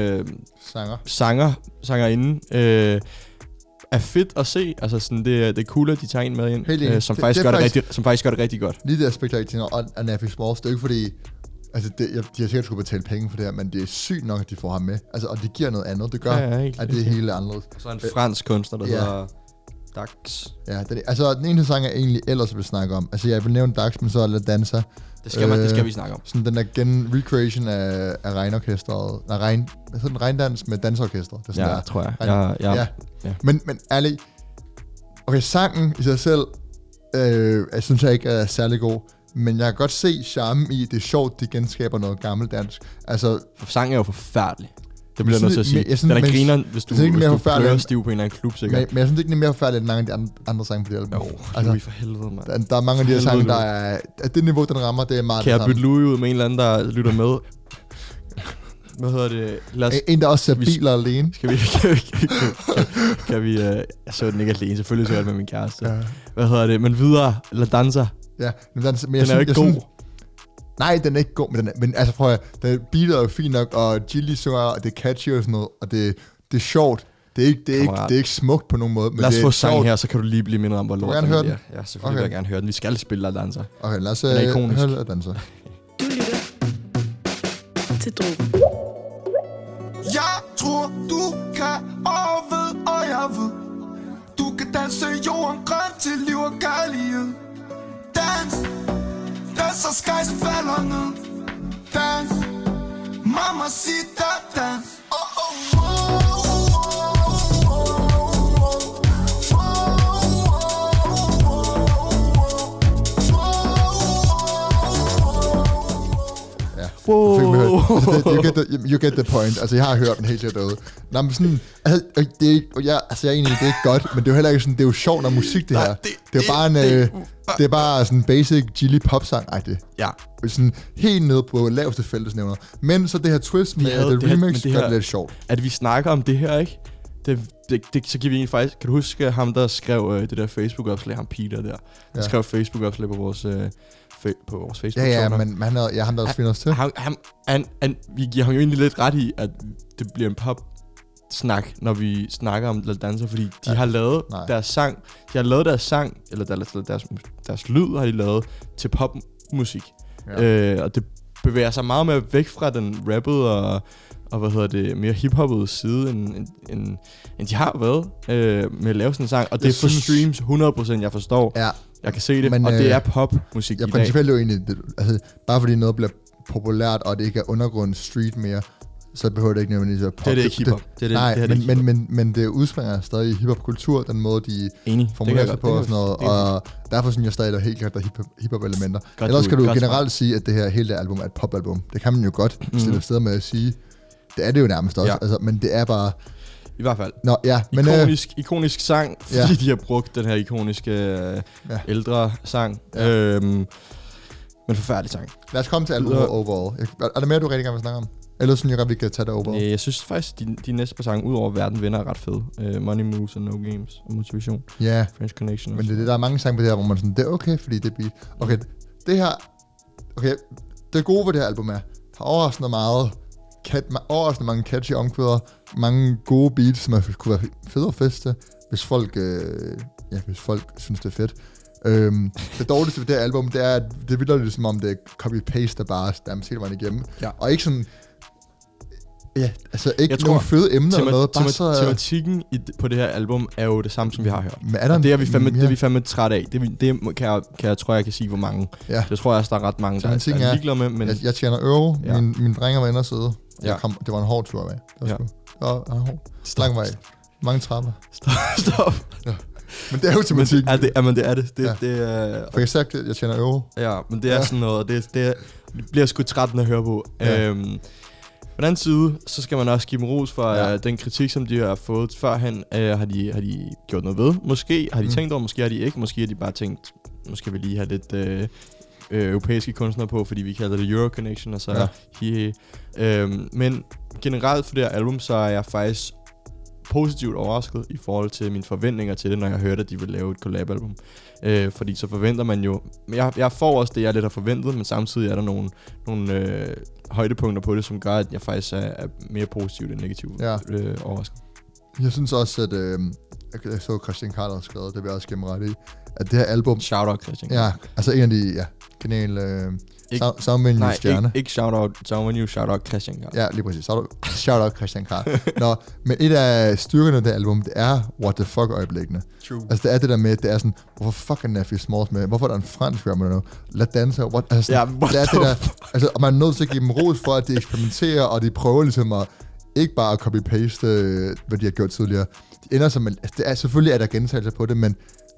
S2: sangerinde, er fedt at se. Altså sådan, det er cool, at de tager en med ind, som faktisk gør det rigtig godt.
S1: Lige det aspekt, jeg tænker, og Nefi Smalls, det er ikke fordi... Altså, de har sikkert skulle betale penge for det her, men det er sygt nok, at de får ham med. Altså, og det giver noget andet. Det gør, at det er helt anderledes.
S2: Og så en fransk kunstner, der hedder Dax.
S1: Ja, altså, den ene sang er egentlig ellers, vil snakke om. Altså, jeg vil nævne Dax, men så er La Danza.
S2: Det skal vi snakke om.
S1: Sådan den der recreation af regnorkestret. Regndans med dansorkester. Det er sådan
S2: tror jeg. Ja.
S1: Men ærligt. Okay, sangen i sig selv Jeg synes jeg ikke er særlig god. Men jeg kan godt se charmen i, det er sjovt, de genskaber noget gammeldansk. Altså,
S2: sangen er jo forfærdelig. Det bliver jeg nødt til at sige. Den er griner, hvis du klør stiv på en eller anden klub, sikkert.
S1: Men jeg synes ikke, det er mere forfærdeligt end mange af de andre sange på det album.
S2: Jo, altså, for helvede, mand.
S1: Der er mange af de her sange, der er... At det niveau, den rammer, det er meget
S2: det samme. Kan jeg bytte Louis ud med en eller anden, der lytter med? Hvad hedder det?
S1: En, der også ser biler alene.
S2: Kan vi... Jeg så den ikke alene, selvfølgelig så jeg det med min kæreste. Ja. Hvad hedder det? Men videre, La Danza.
S1: Ja,
S2: den er jo ikke god.
S1: Nej, den er ikke god, men altså prøv at høre, beatet er jo fint nok, og Gilly synger, og det er catchy og sådan noget, og det er sjovt. Det er ikke smukt på nogen måde, men
S2: lad os få sang her, så kan du lige blive mindre om, hvor lort
S1: den er.
S2: Ja, selvfølgelig vil jeg gerne høre den. Vi skal spille La Danza.
S1: Okay, lad os høre La Danza.
S8: Du lytter til Drogen.
S9: Jeg tror, du kan overvide, og jeg ved, du kan danse jorden grøn til liv og kærlighed. Dans, dans og skejse falder ned. Dans, mamacita, dans.
S1: You get the point. Altså, jeg har hørt den helt sikkert derude. Nå, men sådan, altså, det er ikke, jeg er enig, det er ikke godt, men det er jo heller ikke sådan, det er jo sjovt og musik, det her. Det er jo bare det er bare sådan basic Gilly pop-sang-agtigt.
S2: Ja.
S1: Sådan helt nede på laveste fællesnævner. Men så det her twist med det remix, gør det lidt sjovt.
S2: At vi snakker om det her, ikke? Så giver vi egentlig faktisk... Kan du huske ham, der skrev det der Facebook-opslag, ham Peter der? Han skrev Facebook-opslag på vores Facebook.
S1: Ja, men han der også finder os til.
S2: Vi giver ham jo egentlig lidt ret i, at det bliver en pop-snak, når vi snakker om La Danza, fordi de har lavet deres sang. De har lavet deres sang, eller deres lyd har de lavet til popmusik. Ja. Og det bevæger sig meget mere væk fra den rappede og mere hiphoppede side, end de har været med at lave sådan en sang. Og det er for streams 100%, jeg forstår. Ja. Jeg kan se det, men, og det er popmusik i dag.
S1: Jeg principielt jo egentlig, altså, bare fordi noget bliver populært, og det ikke er undergrund street mere, så behøver det ikke nødvendigvis at pop.
S2: Det er det ikke hiphop.
S1: Men det udspringer stadig i hiphop-kultur, den måde, de formulerer sig på og sådan noget. Og derfor synes jeg stadig, der er helt klart, der er hiphop-elementer. Ellers kan du generelt sige, at det her hele album er et pop-album. Det kan man jo godt stille sted med at sige. Det er det jo nærmest også, altså, men det er bare...
S2: I hvert fald.
S1: Nå, ja, men
S2: ikonisk sang, fordi de har brugt den her ikoniske ældre sang. Men forfærdelig sang.
S1: Lad os komme til albumet overall. Er der mere, du rigtig gerne vil snakke om? Ellers synes jeg godt, vi kan tage det overall.
S2: Jeg synes faktisk, de næste par sange, udover Verden Vinder, er ret fede. Money Moves and No Games og Motivation.
S1: Ja,
S2: French Connection.
S1: Men der er mange sange på det her, hvor man sådan, det er okay, fordi det bliver... Okay, det her... Okay, det gode ved det her album er, der er overraskende mange catchy omkvæder, mange gode beats, som kunne være fede at feste, hvis folk synes, det er fedt. Det dårligste ved det her album, det er, at det vildt lidt som om det er copy-paste, der bare nærmest hele vejen igennem. Ja. Og ikke sådan... Ja, altså ikke nogen fede emner eller noget.
S2: Tematikken på det her album er jo det samme, som vi har hørt. Men det er vi fandme træt af. Det tror jeg kan sige, hvor mange. Ja. Det tror jeg også, der er ret mange, der er ligeglade med. Men
S1: jeg tjener euro. Ja. Mine drenge var inde og sidde. Det var en hård tur af. Det var hård. Lang vej. Mange trapper.
S2: Stop.
S1: Ja. Men det er jo tematikken.
S2: Men det er det.
S1: For jeg sagt, jeg tjener euro.
S2: Ja, men det er sådan noget. Det bliver sgu trættende at høre på. Ja. På den anden side, så skal man også give dem ros for den kritik, som de har fået førhen. Har de gjort noget ved? Måske har de tænkt over, måske har de ikke. Måske har de bare tænkt, måske vil lige have lidt europæiske kunstnere på, fordi vi kalder det Euro Connection, og så men generelt for det her album, så er jeg faktisk positivt overrasket i forhold til mine forventninger til det, når jeg hørte, at de ville lave et collab-album. Fordi så forventer man jo... Jeg får også det, jeg lidt har forventet, men samtidig er der nogle højdepunkter på det, som gør, at jeg faktisk er mere positivt end negativt overrasket.
S1: Jeg synes også, at... jeg så Christian Karl har skrevet, det vil jeg også gemme ret i, at det her album...
S2: Shout-out Christian.
S1: Ja, altså en af de geniale... Soundmenu stjerne.
S2: Ikke shout-out Soundmenu, shout-out Christian Karl.
S1: Ja, lige præcis. Shout-out Christian Karl. Nå, men et af styrkerne af det album, det er what the fuck øjeblikkene.
S2: True.
S1: Altså det er det der med, det er sådan, hvorfor fuck er Nephew Smalls med? Hvorfor er der en fransk rapper nu? La Danza, what? Altså, det er det der, altså, og man er nødt til at give dem ros for, at de eksperimenterer, og de prøver ligesom at, ikke bare at copy-paste, hvad de har gjort tidligere. De ender som, altså, selvfølgelig er der gentagelser på det, men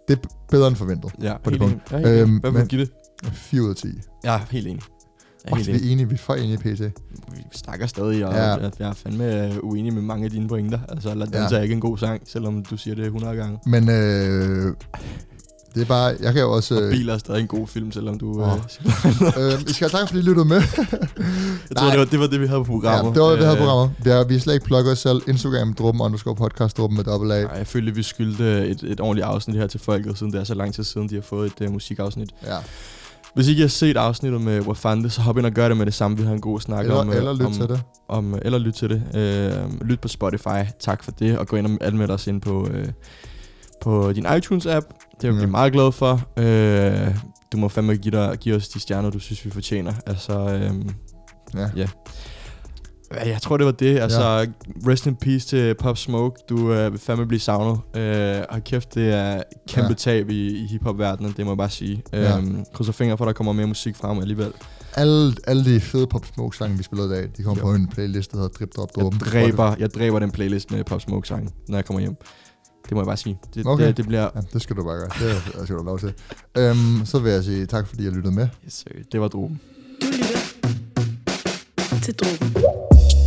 S1: det er bedre end forventet.
S2: Ja,
S1: på det punkt.
S2: Hvad vil du give det?
S1: 4 ud af 10.
S2: Ja, helt enig.
S1: Vi er enige, vi er for enige i PT.
S2: Vi snakker stadig, og jeg er fandme uenig med mange af dine pointer. Altså, La Danza er ikke en god sang, selvom du siger det 100 gange.
S1: Men det er bare, jeg kan jo også...
S2: Og Biler er stadig en god film, selvom du...
S1: I skal have tak, fordi I lyttede med.
S2: Jeg tror, det var det, vi havde på programmet.
S1: Ja, det var det, vi havde på programmet. Vi slet ikke plugger os selv. Instagram, _podcast, med dobbelt A.
S2: Jeg følte, vi skyldte et ordentligt afsnit her til folket, siden det er så lang tid siden, de har fået et musikafsnit.
S1: Ja.
S2: Hvis I ikke har set afsnittet med Wafande, så hop ind og gør det med det samme. Vi har en god snak
S1: eller lyt til det.
S2: Eller lyt til det. Lyt på Spotify. Tak for det. Og gå ind og anmeld os ind på din iTunes-app. Det er vi meget glade for. Du må fandme give os de stjerner, du synes, vi fortjener. Altså, ja. Jeg tror, det var det. Altså, rest in peace til Pop Smoke. Du vil fandme blive savnet. Hold kæft, det er kæmpe tab i hiphop-verdenen, det må jeg bare sige. Krydser fingre for, at der kommer mere musik frem alligevel.
S1: Alle de fede Pop Smoke-sange, vi spillede i dag, de kommer på en playlist, der hedder Drip Drop Drop.
S2: Jeg dræber den playlist med Pop Smoke-sange, når jeg kommer hjem. Det må jeg bare sige. Det bliver...
S1: Ja, det skal du bare gøre. Det skal du lov til. Så vil jeg sige tak, fordi jeg lyttede med.
S2: Yes, sir. Det var Droben.
S8: Du lytter til Droben.